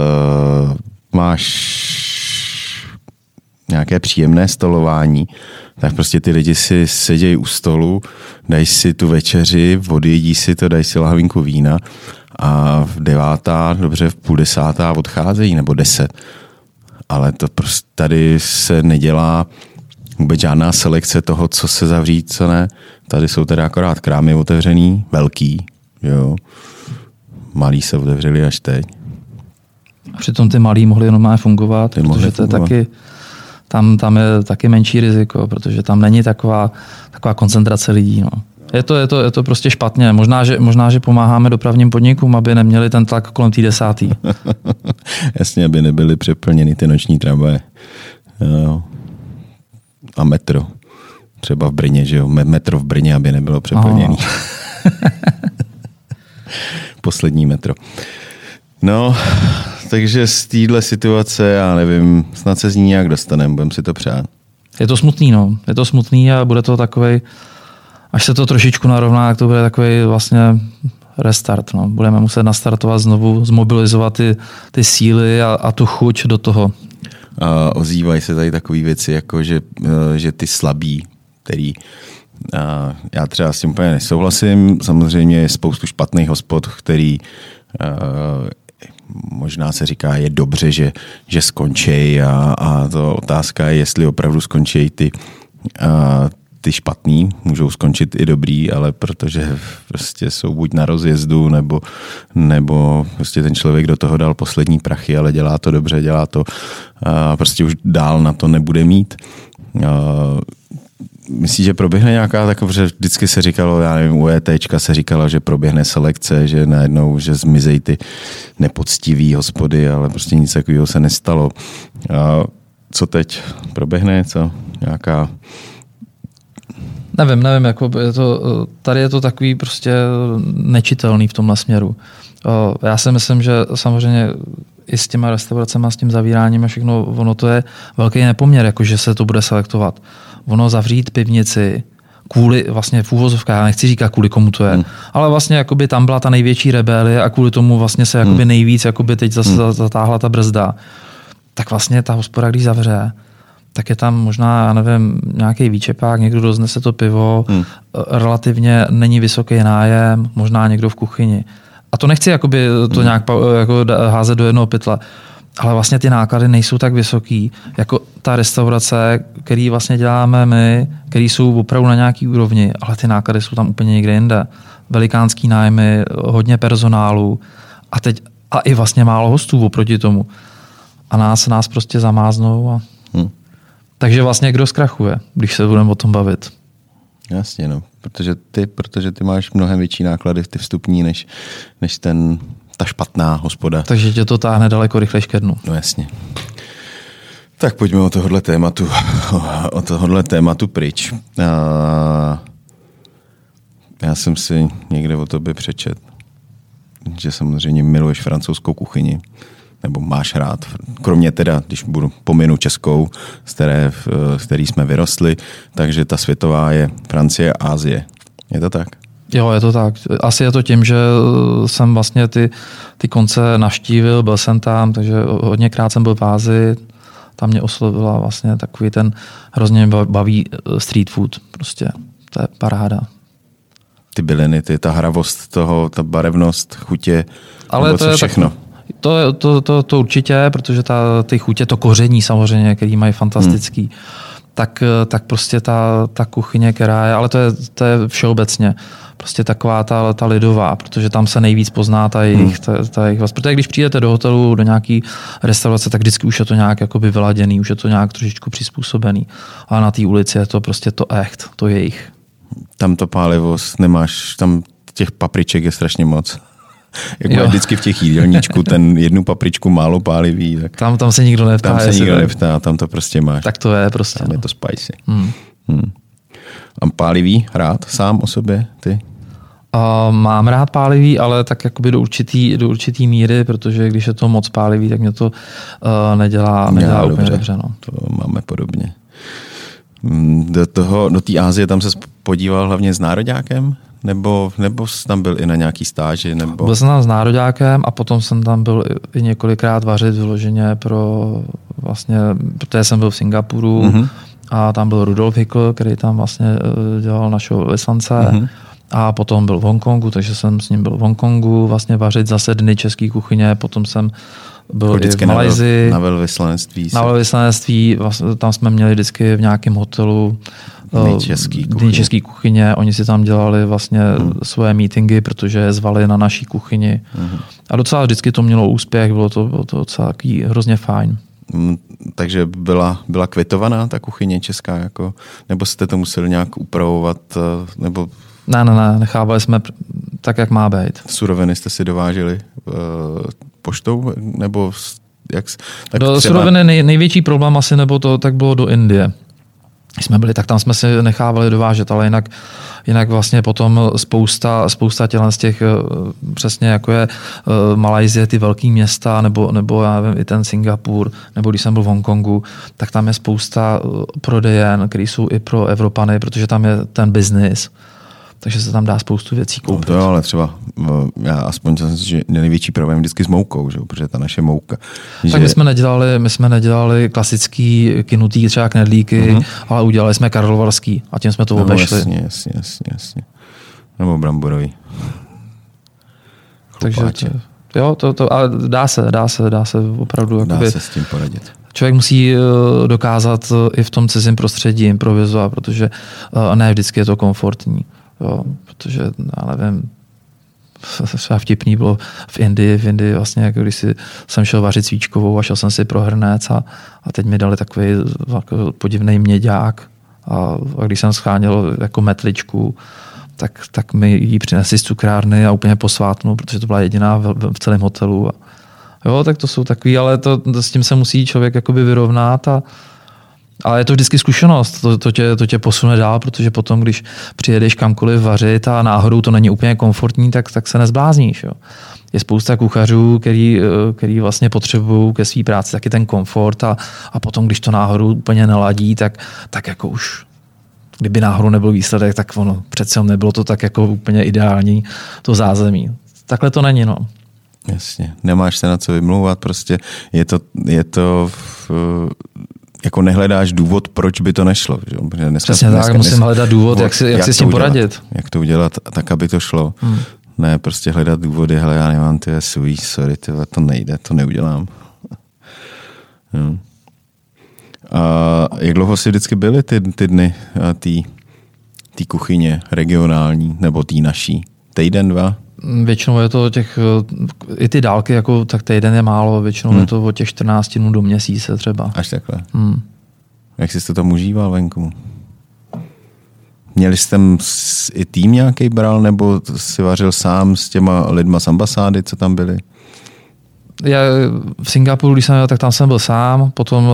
máš nějaké příjemné stolování, tak prostě ty lidi si sedějí u stolu, dají si tu večeři, odjedí si to, dají si lahvinku vína a v 9, dobře v 9:30 odcházejí, nebo 10. Ale to prostě tady se nedělá vůbec žádná selekce toho, co se zavřít, co ne. Tady jsou teda akorát krámy otevřený, velký, jo. Malý se otevřeli až teď. A přitom ty malí mohli normálně fungovat, protože to je taky, tam je taky menší riziko, protože tam není taková koncentrace lidí, no. Je to prostě špatně. Možná, že pomáháme dopravním podnikům, aby neměli ten tlak kolem té 10. Jasně, aby nebyly přeplněny ty noční tramvaje. A metro. Třeba v Brně, že jo? Metro v Brně, aby nebylo přeplněný. Poslední metro. No, takže z téhle situace, já nevím, snad se z ní nějak dostaneme, budeme si to přát. Je to smutný, no. Je to smutný a bude to takovej, až se to trošičku narovná, tak to bude takový vlastně restart. No. Budeme muset nastartovat znovu, zmobilizovat ty síly a tu chuť do toho. A ozývají se tady takové věci, jako že ty slabí, který já třeba s tím úplně nesouhlasím. Samozřejmě je spoustu špatných hospod, který možná se říká, je dobře, že skončí a to otázka je, jestli opravdu skončí ty špatný, můžou skončit i dobrý, ale protože prostě jsou buď na rozjezdu, nebo prostě ten člověk do toho dal poslední prachy, ale dělá to dobře, prostě už dál na to nebude mít. Myslíš, že proběhne nějaká taková, že vždycky se říkalo, já nevím, u ETčka se říkalo, že proběhne selekce, že najednou, že zmizejí ty nepoctivý hospody, ale prostě nic takového se nestalo. Co teď? Proběhne něco? Nějaká... Nevím, jako tady je to takový prostě nečitelný v tomhle směru. Já si myslím, že samozřejmě i s těma restauracemi, s tím zavíráním a všechno, ono to je velký nepoměr, jakože se to bude selektovat. Ono zavřít pivnici kvůli vlastně v úvozovkách, já nechci říkat kvůli komu to je, ale vlastně jakoby tam byla ta největší rebelie a kvůli tomu vlastně se jakoby nejvíc jakoby teď zase zatáhla ta brzda. tak vlastně ta hospoda, když zavře, tak je tam možná, já nevím, nějaký výčepák, někdo roznese to pivo, relativně není vysoký nájem, možná někdo v kuchyni. A to nechci jakoby to nějak jako házet do jednoho pytle, ale vlastně ty náklady nejsou tak vysoký, jako ta restaurace, který vlastně děláme my, který jsou opravdu na nějaký úrovni, ale ty náklady jsou tam úplně někde jinde. Velikánský nájmy, hodně personálu a i vlastně málo hostů oproti tomu. A nás prostě zamáznou. Takže vlastně kdo zkrachuje, když se budeme o tom bavit? Jasně, no. Protože ty máš mnohem větší náklady, ty vstupní, než ta špatná hospoda. Takže tě to táhne daleko rychlejš ke dnu. No jasně. Tak pojďme o tohohle tématu pryč. Já jsem si někde o tobě přečet, že samozřejmě miluješ francouzskou kuchyni, nebo máš rád, kromě teda, když pominu českou, z který jsme vyrostli, takže ta světová je Francie a Asie. Je to tak? Jo, je to tak. Asi je to tím, že jsem vlastně ty konce navštívil, byl jsem tam, takže hodněkrát jsem byl v Ázii, tam mě oslovila vlastně takový ten hrozně baví street food. Prostě to je paráda. Ty byliny, ta hravost toho, ta barevnost, chutě, ale nebo to co všechno. To určitě, protože ty chutě, to koření samozřejmě, který mají fantastický, tak prostě ta kuchyně, která je, ale to je všeobecně, prostě taková ta lidová, protože tam se nejvíc pozná ta jejich protože když přijdete do hotelu, do nějaký restaurace, tak vždycky už je to nějak jakoby vyladěný, už je to nějak trošičku přizpůsobený. Ale na té ulici je to prostě to echt, to jejich. Tam to pálivo nemáš, tam těch papriček je strašně moc. Jak máš vždycky v těch jídelníčku ten jednu papričku málo pálivý. Tak tam se nikdo neptá. Tam se nikdo neptá, tam to prostě máš. Tak to je prostě. Tam je to spicy. A pálivý rád sám o sobě, ty? Mám rád pálivý, ale tak jakoby do určitý míry, protože když je to moc pálivý, tak mě to nedělá úplně dobře. No. To máme podobně. Do té Asie tam se podíval hlavně s nároďákem? Nebo jsi tam byl i na nějaký stáži? Nebo... Byl jsem tam s nároďákem a potom jsem tam byl i několikrát vařit vyloženě protože jsem byl v Singapuru a tam byl Rudolf Hickel, který tam vlastně dělal našeho vyslance a potom byl v Hongkongu, takže jsem s ním byl v Hongkongu vlastně vařit zase dny české kuchyně, potom jsem byl i v Malajsii. Na velvyslanectví. Na velvyslanectví, tam jsme měli vždycky v nějakém hotelu dny české kuchyně. Oni si tam dělali vlastně svoje meetingy, protože je zvali na naší kuchyni. A docela vždycky to mělo úspěch, bylo to docela hrozně fajn. Takže byla kvitovaná ta kuchyně česká, jako, nebo jste to museli nějak upravovat? Nebo... Ne, nechávali jsme tak, jak má být. Suroviny jste si dováželi poštou? Nebo jak? Tak do třeba... suroviny největší problém asi, nebo to tak bylo do Indie. Když jsme byli, tak tam jsme si nechávali dovážet, ale jinak vlastně potom spousta tělen z těch, přesně jako je Malajsie, ty velký města, nebo já nevím, i ten Singapur, nebo když jsem byl v Hongkongu, tak tam je spousta prodejen, které jsou i pro Evropany, protože tam je ten biznis. Takže se tam dá spoustu věcí koupit. To jo, ale třeba já aspoň jsem si, že největší problém vždycky s moukou, že? Protože ta naše mouka. Tak my jsme nedělali klasický kynutý třeba knedlíky, ale udělali jsme karlovarský a tím jsme to obešli. Jasně. Nebo bramborový. Takže a dá se opravdu. Dá se s tím poradit. Člověk musí dokázat i v tom cizím prostředí improvizovat, protože ne vždycky je to komfortní. Jo, protože, já nevím, vtipný bylo v Indii vlastně, jako když jsem šel vařit svíčkovou a šel jsem si pro hrnec a teď mi dali takový jako podivný měďák a když jsem scháněl jako metličku, tak mi ji přinesli z cukrárny a úplně posvátnu, protože to byla jediná v celém hotelu. Jo, tak to jsou takový, ale s tím se musí člověk jakoby vyrovnat ale je to vždycky zkušenost, to tě posune dál, protože potom, když přijedeš kamkoliv vařit a náhodou to není úplně komfortní, tak se nezblázníš. Jo. Je spousta kuchařů, který vlastně potřebují ke své práci taky ten komfort a potom, když to náhodou úplně neladí, tak jako už kdyby náhodou nebyl výsledek, tak ono přece nebylo to tak jako úplně ideální to zázemí. Takhle to není, no. Jasně, nemáš se na co vymlouvat, prostě je to jako nehledáš důvod, proč by to nešlo. Že? Přesně tak, musím hledat důvod, jak si s tím poradit. Jak to udělat tak, aby to šlo. Ne, prostě hledat důvody, hele, já nemám svůj, sorry, to nejde, to neudělám. Jo. A jak dlouho si vždycky byly ty dny té kuchyně regionální, nebo té naší? Týden, 2? Většinou je to i ty dálky, jako, tak týden je málo, většinou je to od těch 14 dnů do měsíce třeba. Až takhle. Jak jsi to tam užíval venku? Měli jste tam i tým nějaký bral, nebo si vařil sám s těma lidma z ambasády, co tam byli? Já v Singapuru, když jsem byl, tak tam jsem byl sám, potom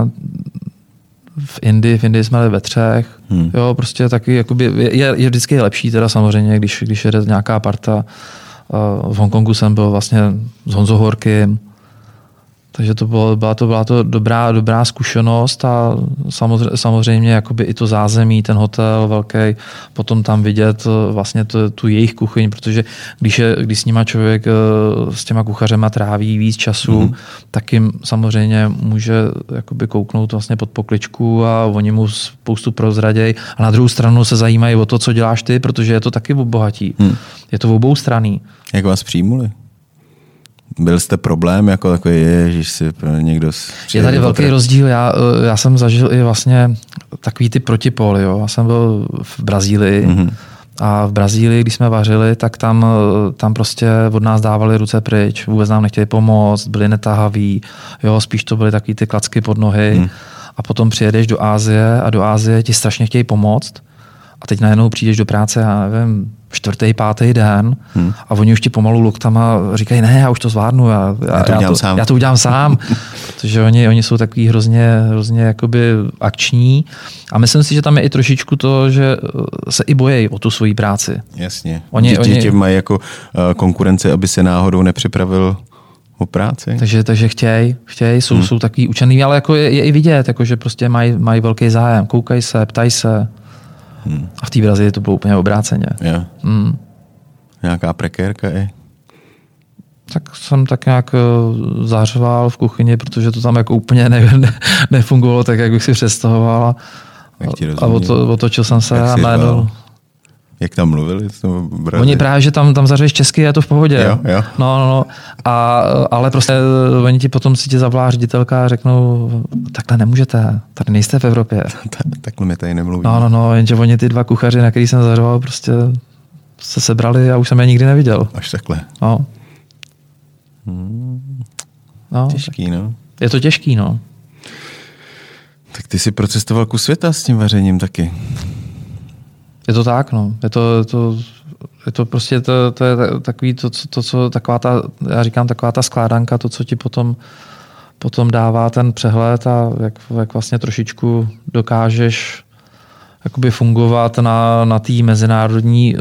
v Indii jsme byli ve 3. Jo, prostě taky, jakoby, je vždycky lepší teda samozřejmě, když jede nějaká parta. V Hongkongu jsem byl vlastně s Honzo Horkym, takže byla to dobrá zkušenost a samozřejmě jakoby i to zázemí, ten hotel velký, potom tam vidět vlastně tu jejich kuchyň, protože když s nima člověk s těma kuchařema tráví víc času, tak jim samozřejmě může jakoby kouknout vlastně pod pokličku a oni mu spoustu prozraděj a na druhou stranu se zajímají o to, co děláš ty, protože je to taky obohatí. Je to oboustranný. Jak vás přijmuli? Byl jste problém, jako takový, ježiš si někdo... Je tady velký rozdíl. Já jsem zažil i vlastně takový ty protipóly. Jo. Já jsem byl v Brazílii a v Brazílii, když jsme vařili, tak tam prostě od nás dávali ruce pryč. Vůbec nám nechtěli pomoct, byli netahaví. Jo, spíš to byly takový ty klacky pod nohy. A potom přijedeš do Asie a do Asie ti strašně chtějí pomoct. A teď najednou přijdeš do práce, já nevím, 4., 5. den a oni už ti pomalu loktama říkají, ne, já už to zvládnu, já to udělám sám. Protože oni jsou takový hrozně jakoby akční a myslím si, že tam je i trošičku to, že se i bojejí o tu svoji práci. Jasně. Oni mají jako konkurenci, aby se náhodou nepřipravil o práci. Takže chtějí, jsou takový učený, ale jako je i vidět, jako, že prostě mají velký zájem, koukají se, ptají se. A v té Brazílii to bylo úplně obráceně. Jo. Nějaká prekérka je? Tak jsem tak nějak zařval v kuchyni, protože to tam jako úplně nefungovalo tak, jak bych si představoval. A otočil jsem se a najednou. Jak tam mluvili? Oni právě, že tam zařeš česky, je to v pohodě. Jo. No. Ale prostě oni ti potom si tě zavolá ředitelka a řeknou, takhle nemůžete, tady nejste v Evropě. Takhle mi tady nemluví. No, jenže oni ty 2 kuchaři, na který jsem zařval, prostě se sebrali a už jsem je nikdy neviděl. Až takhle. No. Těžký, no. Je to těžký, no. Tak ty jsi procestoval kus světa s tím vařením taky. Je to tak, no. Je to prostě to je takový co taková ta, já říkám, taková ta skládanka, to, co ti potom dává ten přehled a jak vlastně trošičku dokážeš jakoby fungovat na té mezinárodním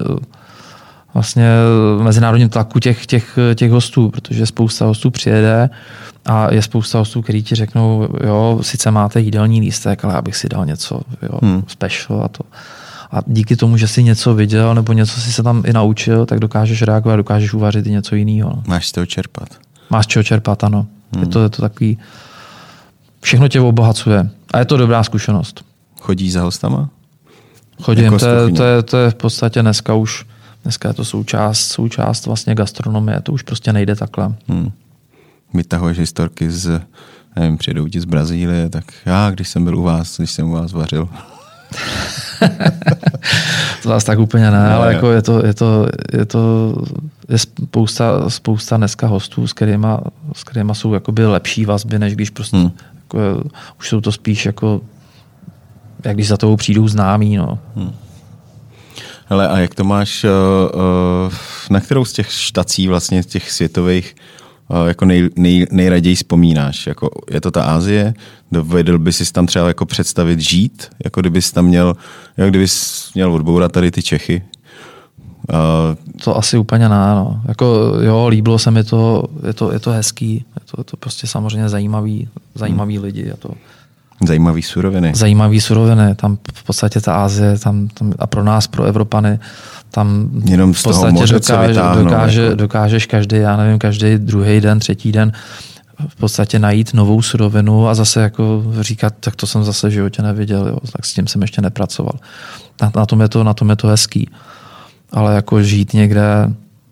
tlaku těch hostů, protože spousta hostů přijede a je spousta hostů, kteří ti řeknou, jo, sice máte jídelní lístek, ale já bych si dal něco special a to. A díky tomu, že jsi něco viděl nebo něco si se tam i naučil, tak dokážeš reagovat, dokážeš uvařit i něco jiného. Máš z čeho čerpat. Máš z čeho čerpat, ano. Je to takový... Všechno tě obohacuje. A je to dobrá zkušenost. Chodíš za hostama? Chodím. Jako to je v podstatě dneska je to součást vlastně gastronomie. To už prostě nejde takhle. Vytahuješ historky nevím, přijedou ti z Brazílie, tak já, když jsem byl když jsem u vás vařil. To vás tak úplně ne, ale jako je spousta dneska hostů, s kterýma jsou jakoby lepší vazby, než když prostě jako, už jsou to spíš jako jak když za toho přijdou známí. No. Hele, a jak to máš, na kterou z těch štací vlastně těch světových jako nejraději vzpomínáš? Jako, je to ta Asie? Dovedl by si tam třeba jako představit žít? Jako kdybys tam měl odbourat tady ty Čechy? To asi úplně ne. No. Jako, jo, líbilo se mi to, je to hezký, je to prostě samozřejmě zajímavý lidi. Zajímavý suroviny. Tam v podstatě ta Asie, tam a pro nás, pro Evropany, tam jenom z toho moře, dokážeš každý druhý den, třetí den v podstatě najít novou surovinu a zase jako říkat, tak to jsem zase v životě neviděl, jo, tak s tím jsem ještě nepracoval. Na tom je to hezký. Ale jako žít někde,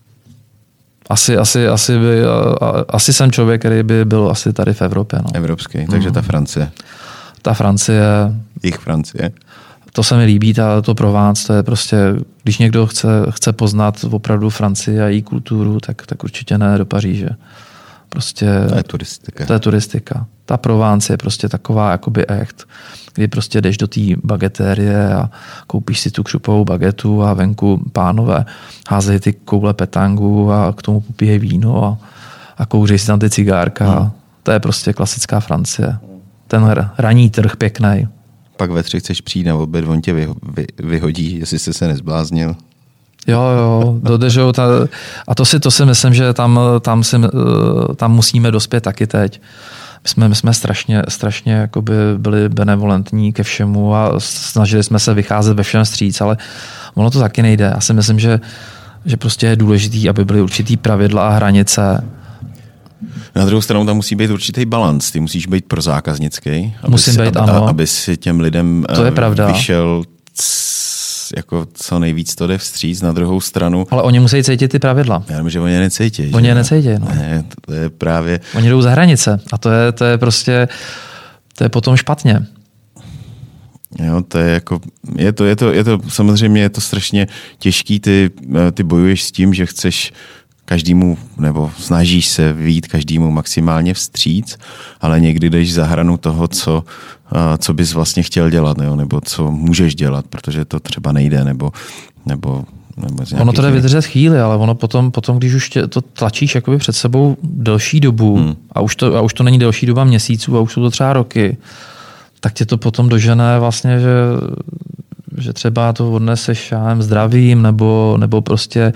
asi jsem člověk, který by byl asi tady v Evropě. No. Evropský, takže ta Francie. Ta Francie. Jich Francie. To se mi líbí, to Provence, to je prostě, když někdo chce poznat opravdu Francii a její kulturu, tak určitě ne do Paříže. Prostě, to je turistika. Ta Provence je prostě taková jakoby echt, kdy prostě jdeš do té bagetérie a koupíš si tu křupovou bagetu a venku pánové házejí ty koule petangu a k tomu popíjejí víno a kouří si tam ty cigárka. To je prostě klasická Francie. Ten ranní trh pěkný. Pak ve 3 chceš přijít na oběd, on tě vyhodí, jestli jsi se nezbláznil. Jo, dodržou. A to si myslím, že tam musíme dospět taky teď. My jsme strašně jakoby byli benevolentní ke všemu a snažili jsme se vycházet ve všem vstříc, ale ono to taky nejde. Já si myslím, že prostě je důležitý, aby byly určitý pravidla a hranice. Na druhou stranu tam musí být určitý balans. Ty musíš být prozákaznický, aby si těm lidem vyšel jako co nejvíc to jde vstříc. Na druhou stranu. Ale oni musí cítit ty pravidla. Já vím, že oni je necítí. Oni je necítí, no. Ne, to je právě. Oni jdou za hranice a to je prostě, to je potom špatně. Jo, to je jako, je to samozřejmě je to strašně těžký, ty bojuješ s tím, že chceš každému, nebo snažíš se vyjít každému maximálně vstříc, ale někdy jdeš za hranu toho, co bys vlastně chtěl dělat, nebo co můžeš dělat, protože to třeba nejde, nebo ono to jde vydržet chvíli, ale ono potom když už to tlačíš jakoby před sebou delší dobu a už to není delší doba měsíců a už jsou to třeba roky, tak tě to potom dožene vlastně, že třeba to odneseš zdravím, nebo prostě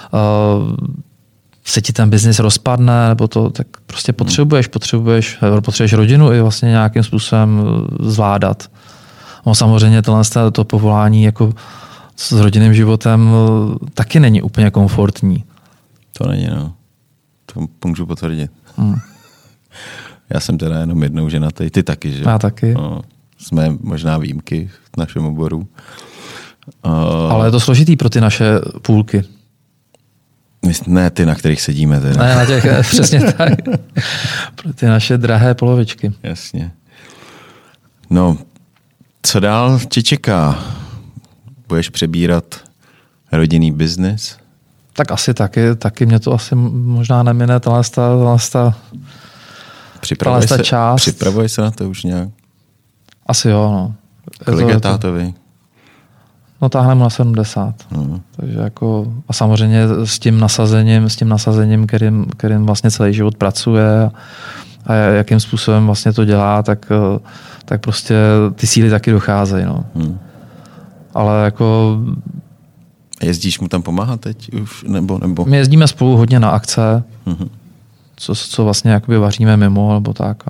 se ti ten biznis rozpadne, nebo to, tak prostě potřebuješ rodinu i vlastně nějakým způsobem zvládat. No, samozřejmě to povolání jako s rodinným životem taky není úplně komfortní. To není, no. To můžu potvrdit. Já jsem teda jenom jednou ženatý, ty taky, že? Já taky. No, jsme možná výjimky v našem oboru. Ale je to složitý pro ty naše půlky. Ne ty, na kterých sedíme. Teda. Ne, na těch, přesně tak. Pro ty naše drahé polovičky. Jasně. No, co dál tě čeká? Budeš přebírat rodinný biznis? Tak asi taky mě to asi možná nemine, tahle část. Připravuješ se na to už nějak? Asi jo, no. Kolik je tátovi? No táhneme na 70. Takže jako, a samozřejmě s tím nasazením, kterým vlastně celý život pracuje a jakým způsobem vlastně to dělá, tak prostě ty síly taky docházejí. No. Ale jako... Jezdíš mu tam pomáhat teď už? Nebo? My jezdíme spolu hodně na akce, co vlastně jakoby vaříme mimo, nebo tak.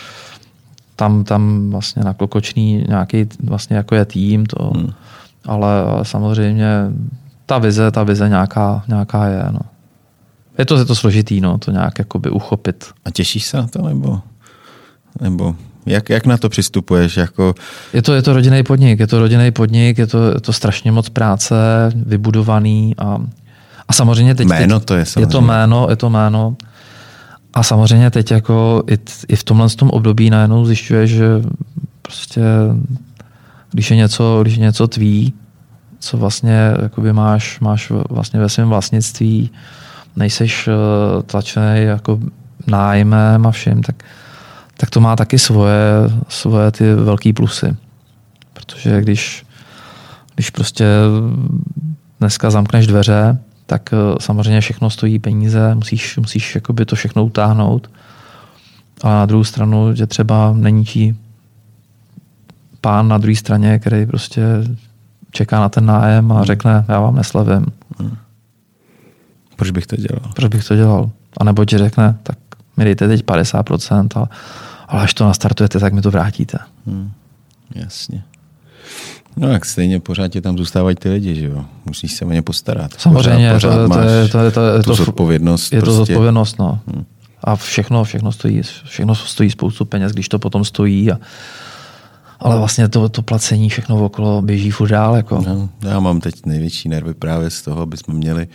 Tam vlastně na Klokočný nějaký vlastně jako je tým, to... Ale samozřejmě ta vize nějaká je. No. Je to složitý, no, to nějak jakoby uchopit. A těšíš se na to, nebo jak na to přistupuješ? Jako... Je to rodinný podnik, je to strašně moc práce, vybudovaný a samozřejmě teď... Jméno to je samozřejmě. Je to jméno. A samozřejmě teď jako i v tomhle období najednou zjišťuješ, že prostě když je něco tvý, co vlastně jakoby máš vlastně ve svém vlastnictví, nejseš tlačený jako nájmem a všem, tak to má taky svoje ty velký plusy. Protože když prostě dneska zamkneš dveře, tak samozřejmě všechno stojí peníze, musíš jakoby to všechno utáhnout. Ale na druhou stranu, že třeba není ti pán na druhé straně, který prostě čeká na ten nájem a řekne, já vám neslevím. Proč bych to dělal? A nebo ti řekne, tak mi dejte teď 50%, ale až to nastartujete, tak mi to vrátíte. Jasně. No tak stejně pořád tě tam zůstávají ty lidi, že jo? Musíš se o ně postarat. Samozřejmě, pořád máš to zodpovědnost. Je to zodpovědnost, no. A všechno stojí spoustu peněz, když to potom stojí. Ale vlastně to placení všechno okolo běží furt dál. Jako. No, já mám teď největší nervy právě z toho, aby jsme měli...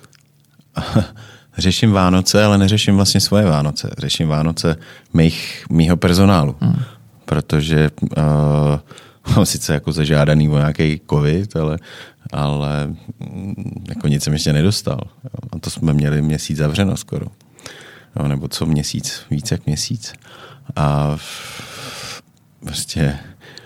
Řeším Vánoce, ale neřeším vlastně svoje Vánoce. Řeším Vánoce mýho personálu. Protože mám sice jako zažádaný o nějaký covid, ale jako nic jsem ještě nedostal. A to jsme měli měsíc zavřeno skoro. No, nebo co měsíc, víc jak měsíc. A prostě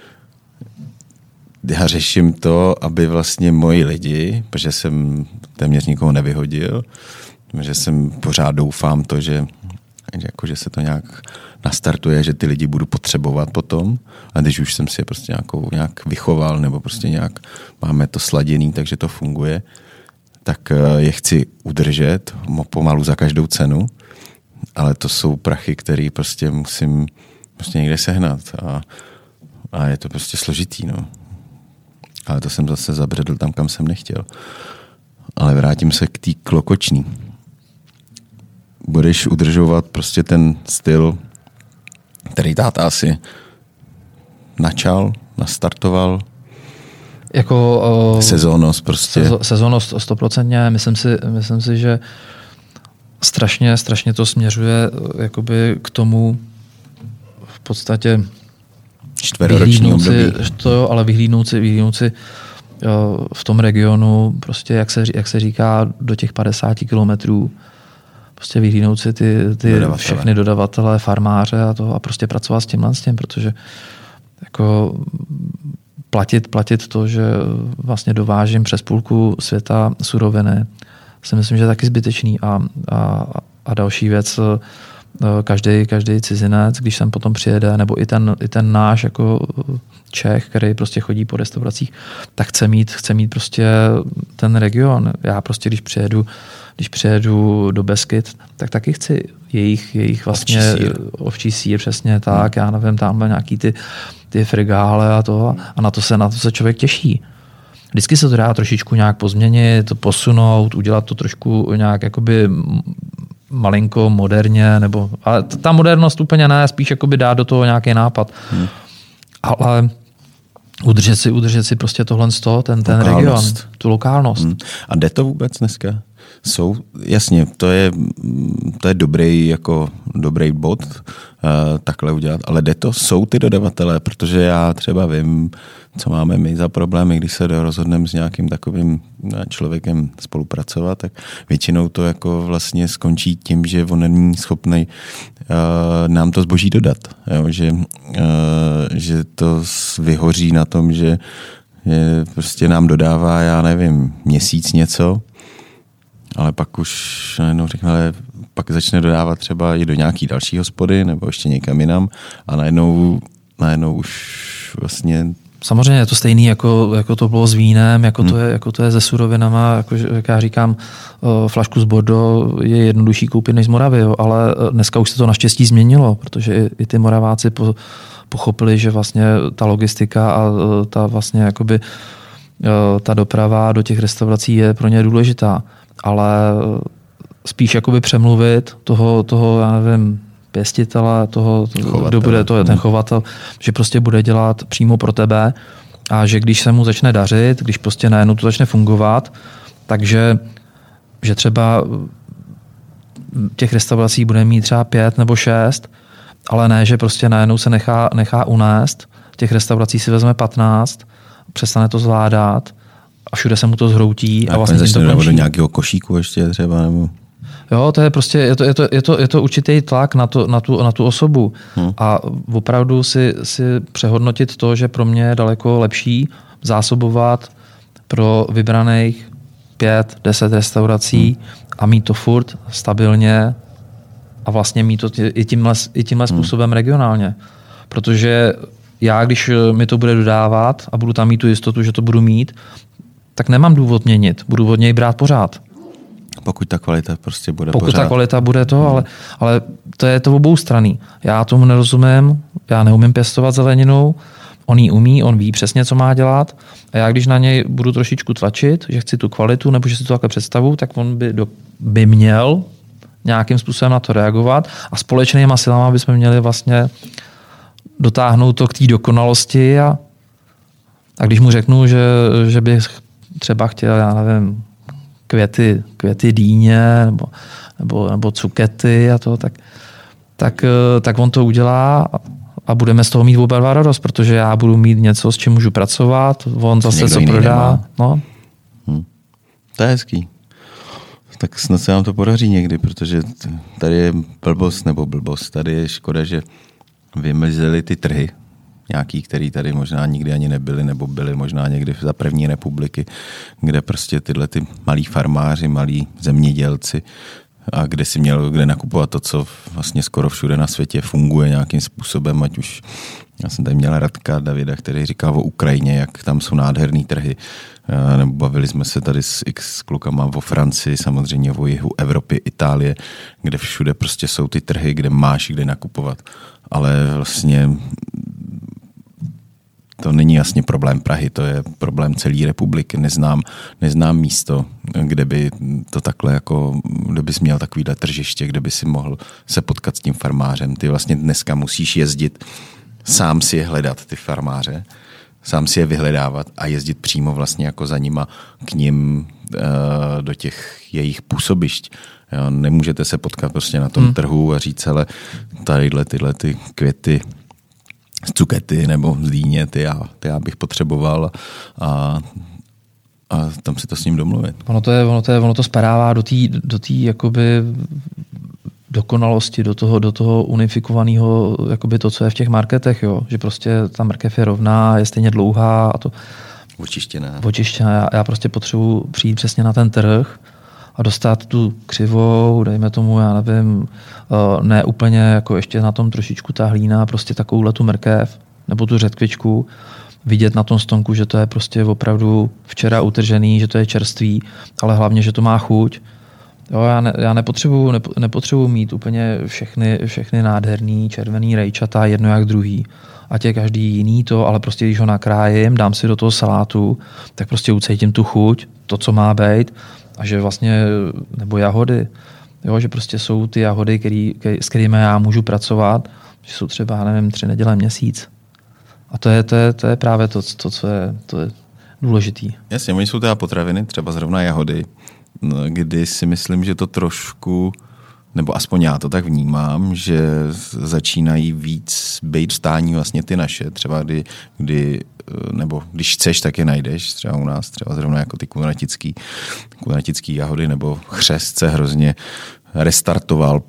já řeším to, aby vlastně moji lidi, protože jsem téměř nikoho nevyhodil, že jsem pořád doufám to, že se to nějak nastartuje, že ty lidi budu potřebovat potom. A když už jsem si je prostě nějak vychoval, nebo prostě nějak máme to sladěný, takže to funguje, tak je chci udržet pomalu za každou cenu. Ale to jsou prachy, které prostě musím prostě někde sehnat. A je to prostě složitý, no. Ale to jsem zase zabředl tam, kam jsem nechtěl. Ale vrátím se k té klokoční. Budeš udržovat prostě ten styl, který táta asi načal, nastartoval. Jako sezónnost prostě. Sezónnost 100%. Myslím si, že strašně to směřuje jakoby k tomu v podstatě čtveroroční období. Ale vyhlídnout si v tom regionu, prostě jak se říká, do těch 50 kilometrů, prostě vyhlídnout si ty všechny dodavatele, farmáře a prostě pracovat s tímhle, protože jako platit to, že vlastně dovážím přes půlku světa suroviny, si myslím, že je taky zbytečný. A další věc, každý cizinec, když sem potom přijede, nebo i ten náš jako Čech, který prostě chodí po restauracích, tak chce mít prostě ten region. Já prostě, když přijedu do Beskyd, tak taky chci jejich vlastně ovčí sýr, přesně tak, já nevím, tamhle nějaký ty frigále a to, a na to se člověk těší. Vždycky se to dá trošičku nějak pozměnit, posunout, udělat to trošku nějak jakoby malinko moderně, ale ta modernost úplně ne, spíš jakoby dát do toho nějaký nápad. Ale udržet si prostě tohle ten region, tu lokálnost. A jde to vůbec dneska? Jasně, to je dobrý bod takhle udělat, ale jde to? Jsou ty dodavatelé, protože já třeba vím, co máme my za problémy, když se rozhodneme s nějakým takovým člověkem spolupracovat, tak většinou to jako vlastně skončí tím, že on není schopný nám to zboží dodat. Jo? Že to vyhoří na tom, že prostě nám dodává, já nevím, měsíc něco, ale pak už najednou řekne, ale pak začne dodávat třeba i do nějaký další hospody nebo ještě někam jinam a najednou už vlastně... Samozřejmě je to stejný, jako to bylo s vínem, jako to je se surovinama, jak já říkám, flašku z Bordeaux je jednodušší koupit než z Moravy, ale dneska už se to naštěstí změnilo, protože i ty Moraváci pochopili, že vlastně ta logistika a ta vlastně jakoby ta doprava do těch restaurací je pro ně důležitá, ale spíš jakoby přemluvit toho já nevím, pěstitele, kdo bude ten chovatel, že prostě bude dělat přímo pro tebe a že když se mu začne dařit, když prostě najednou to začne fungovat, takže že třeba těch restaurací bude mít třeba 5 nebo 6, ale ne, že prostě najednou se nechá unést, těch restaurací si vezme 15, přestane to zvládat a všude se mu to zhroutí a vlastně začne do nějakého košíku ještě třeba nebo... Jo, to je prostě, je to určitý tlak na tu osobu. A opravdu si přehodnotit to, že pro mě je daleko lepší zásobovat pro vybraných 5-10 restaurací a mít to furt stabilně a vlastně mít to i tímhle způsobem regionálně. Protože já, když mi to bude dodávat a budu tam mít tu jistotu, že to budu mít, tak nemám důvod měnit. Budu od něj brát pořád. Pokud ta kvalita prostě bude Pokud pořád. Ta kvalita bude to, ale to je to oboustranný. Já tomu nerozumím, já neumím pěstovat zeleninu on ji umí, on ví přesně, co má dělat a já když na něj budu trošičku tlačit, že chci tu kvalitu nebo že si to takhle představu, tak on by měl nějakým způsobem na to reagovat a společnýma silama bychom měli vlastně dotáhnout to k té dokonalosti a když mu řeknu, že bych třeba chtěl, já nevím, květy dýně nebo cukety a to, tak on to udělá a budeme z toho mít oba dva radost, protože já budu mít něco, s čím můžu pracovat, on zase co prodá. No. To je hezký. Tak snad se nám to podaří někdy, protože tady je blbost. Tady je škoda, že vymizely ty trhy, nějaký, který tady možná nikdy ani nebyly, nebo byly možná někdy za první republiky, kde prostě tyhle ty malí farmáři, malí zemědělci a kde si měl kde nakupovat to, co vlastně skoro všude na světě funguje nějakým způsobem, ať už já jsem tady měl Radka Davida, který říkal o Ukrajině, jak tam jsou nádherný trhy, nebo bavili jsme se tady s X klukama o Francii, samozřejmě o jihu Evropy, Itálie, kde všude prostě jsou ty trhy, kde máš kde nakupovat, ale vlastně to není jasně problém Prahy, to je problém celé republiky. Neznám místo, kde by to takhle jako, kde bys měl takovýhle tržiště, kde by si mohl se potkat s tím farmářem. Ty vlastně dneska musíš jezdit, sám si je hledat, ty farmáře, sám si je vyhledávat a jezdit přímo vlastně jako za nima k nim do těch jejich působišť. Jo, nemůžete se potkat prostě na tom trhu a říct, ale tyhle ty květy cukety nebo z dýně, ty já bych potřeboval a tam si to s ním domluvit. Ono to spadává do té jakoby dokonalosti, do toho unifikovaného, jakoby to, co je v těch marketech, jo? Že prostě ta mrkev je rovná, je stejně dlouhá a to očištěná. Já prostě potřebuji přijít přesně na ten trh a dostat tu křivou, dejme tomu, já nevím, ne úplně jako ještě na tom trošičku ta hlína, prostě takovouhle tu mrkev nebo tu řetkvičku, vidět na tom stonku, že to je prostě opravdu včera utržený, že to je čerstvý, ale hlavně, že to má chuť. Jo, já nepotřebuji mít úplně všechny nádherný červený rajčata, jedno jak druhý. Ať je každý jiný to, ale prostě když ho nakrájím, dám si do toho salátu, tak prostě ucítím tu chuť, to, co má být, a že vlastně, nebo jahody, jo, že prostě jsou ty jahody, s kterými já můžu pracovat, že jsou třeba, nevím, 3 neděle měsíc. A to je právě to, co je důležitý. Jasně, oni jsou teda potraviny, třeba zrovna jahody, kdy si myslím, že to trošku, nebo aspoň já to tak vnímám, že začínají víc být stání vlastně ty naše, třeba nebo když chceš, tak je najdeš, třeba u nás, třeba zrovna jako ty kunratický jahody, nebo chřest se hrozně restartoval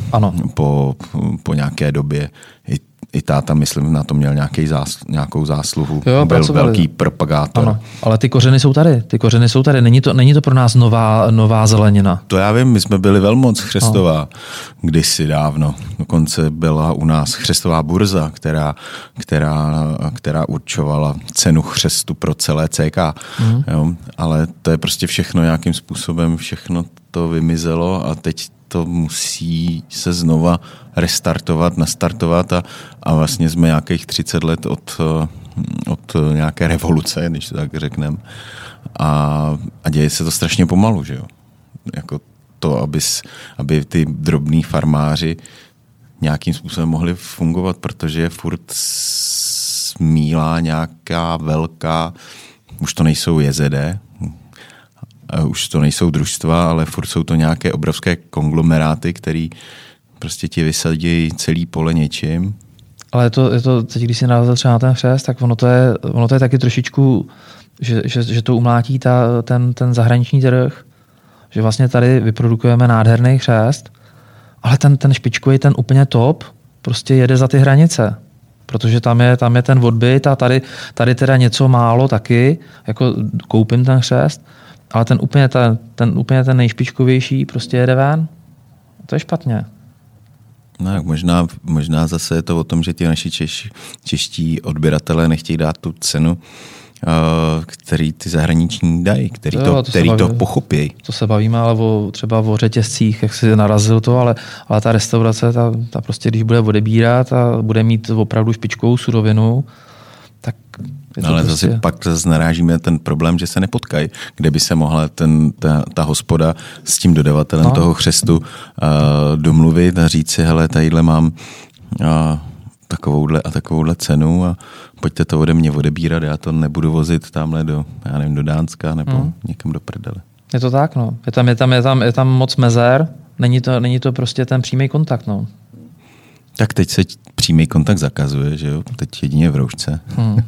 po nějaké době. I táta, myslím, na to měl nějakou zásluhu. Jo, byl velký propagátor. Ano, ale ty kořeny jsou tady. Není to pro nás nová zelenina. To já vím, my jsme byli velmoc chřestová kdysi dávno. Dokonce byla u nás chřestová burza, která určovala cenu chřestu pro celé CK. Jo, ale to je prostě všechno nějakým způsobem, všechno to vymizelo a teď to musí se znova restartovat, nastartovat a vlastně jsme nějakých 30 let od nějaké revoluce, když to tak řekneme. A děje se to strašně pomalu, že jo? Jako to, aby ty drobní farmáři nějakým způsobem mohli fungovat, protože je furt smílá nějaká velká, už to nejsou JZD, už to nejsou družstva, ale furt jsou to nějaké obrovské konglomeráty, který prostě ti vysadí celý pole něčím. Ale je to teď, když si narazil třeba na ten chřest, tak ono to je taky trošičku, že to umlátí ten zahraniční trh, že vlastně tady vyprodukujeme nádherný chřest, ale ten špičkový, ten úplně top, prostě jede za ty hranice. Protože tam je ten odbyt a tady teda něco málo taky, jako koupím ten chřest, ale ten nejšpičkovější prostě jede ven. To je špatně. No, možná zase je to o tom, že ti naši čeští odběratelé nechtějí dát tu cenu, který ty zahraniční dají, který to pochopí. To se bavíme ale třeba o řetězcích, jak si narazil to, ale ta restaurace, ta prostě, když bude odebírat a bude mít opravdu špičkovou surovinu, tak Ale prostě... zase pak narážíme ten problém, že se nepotkají, kde by se mohla ta hospoda s tím dodavatelem toho chřestu domluvit a říct si, hele, tadyhle mám takovouhle cenu a pojďte to ode mě odebírat, já to nebudu vozit tamhle do Dánska nebo někam do prdele. Je to tak, no. Je tam moc mezer, není to prostě ten přímý kontakt, no. Tak teď se přímý kontakt zakazuje, že jo? Teď jedině v roušce.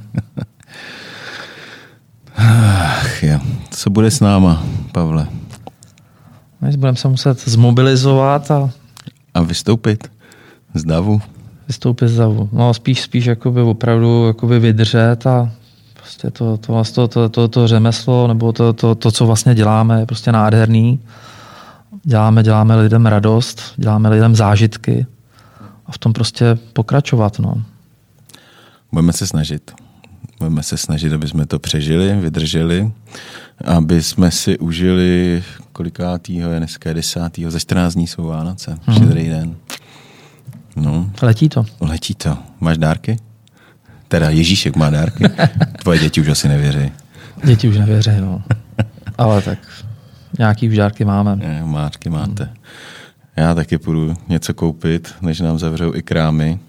Ach jo. Co bude s náma, Pavle? My budeme se muset zmobilizovat a vystoupit z davu. No spíš jakoby opravdu jakoby vydržet a prostě to řemeslo nebo to, co vlastně děláme, je prostě nádherný. Děláme lidem radost, děláme lidem zážitky a v tom prostě pokračovat, no. Budeme se snažit, aby jsme to přežili, vydrželi, aby jsme si užili kolikátýho je dneska 10. Za 14 dní jsou Vánoce, štědrý den. No. Letí to. Máš dárky? Teda Ježíšek má dárky. Tvoje děti už asi nevěří. Děti už nevěří, no. Ale tak nějaký už dárky máme. Dárky máte. Já taky půjdu něco koupit, než nám zavřou i krámy.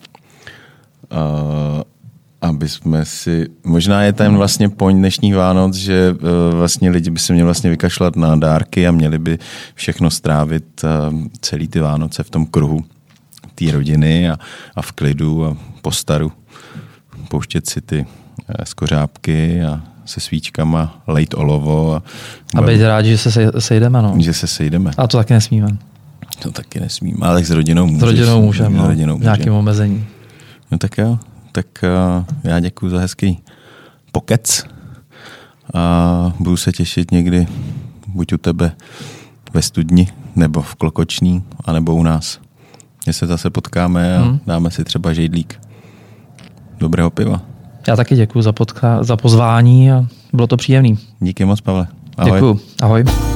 Aby jsme si... Možná je tam vlastně point dnešních Vánoc, že vlastně lidi by se měli vlastně vykašlat na dárky a měli by všechno strávit celý ty Vánoce v tom kruhu té rodiny a v klidu a postaru. Pouštět si ty skořápky a se svíčkama, lejt olovo. A být rádi, že se sejdeme, no. Že se sejdeme. A to taky nesmíme. To taky nesmíme, ale tak s rodinou můžeš. S rodinou můžeme, nějakým omezení. No tak jo, tak já děkuju za hezký pokec a budu se těšit někdy buď u tebe ve Studni, nebo v Klokoční, anebo u nás. Že se zase potkáme a dáme si třeba žejdlík dobrého piva. Já taky děkuju za pozvání a bylo to příjemný. Díky moc, Pavle. Ahoj. Děkuju. Ahoj.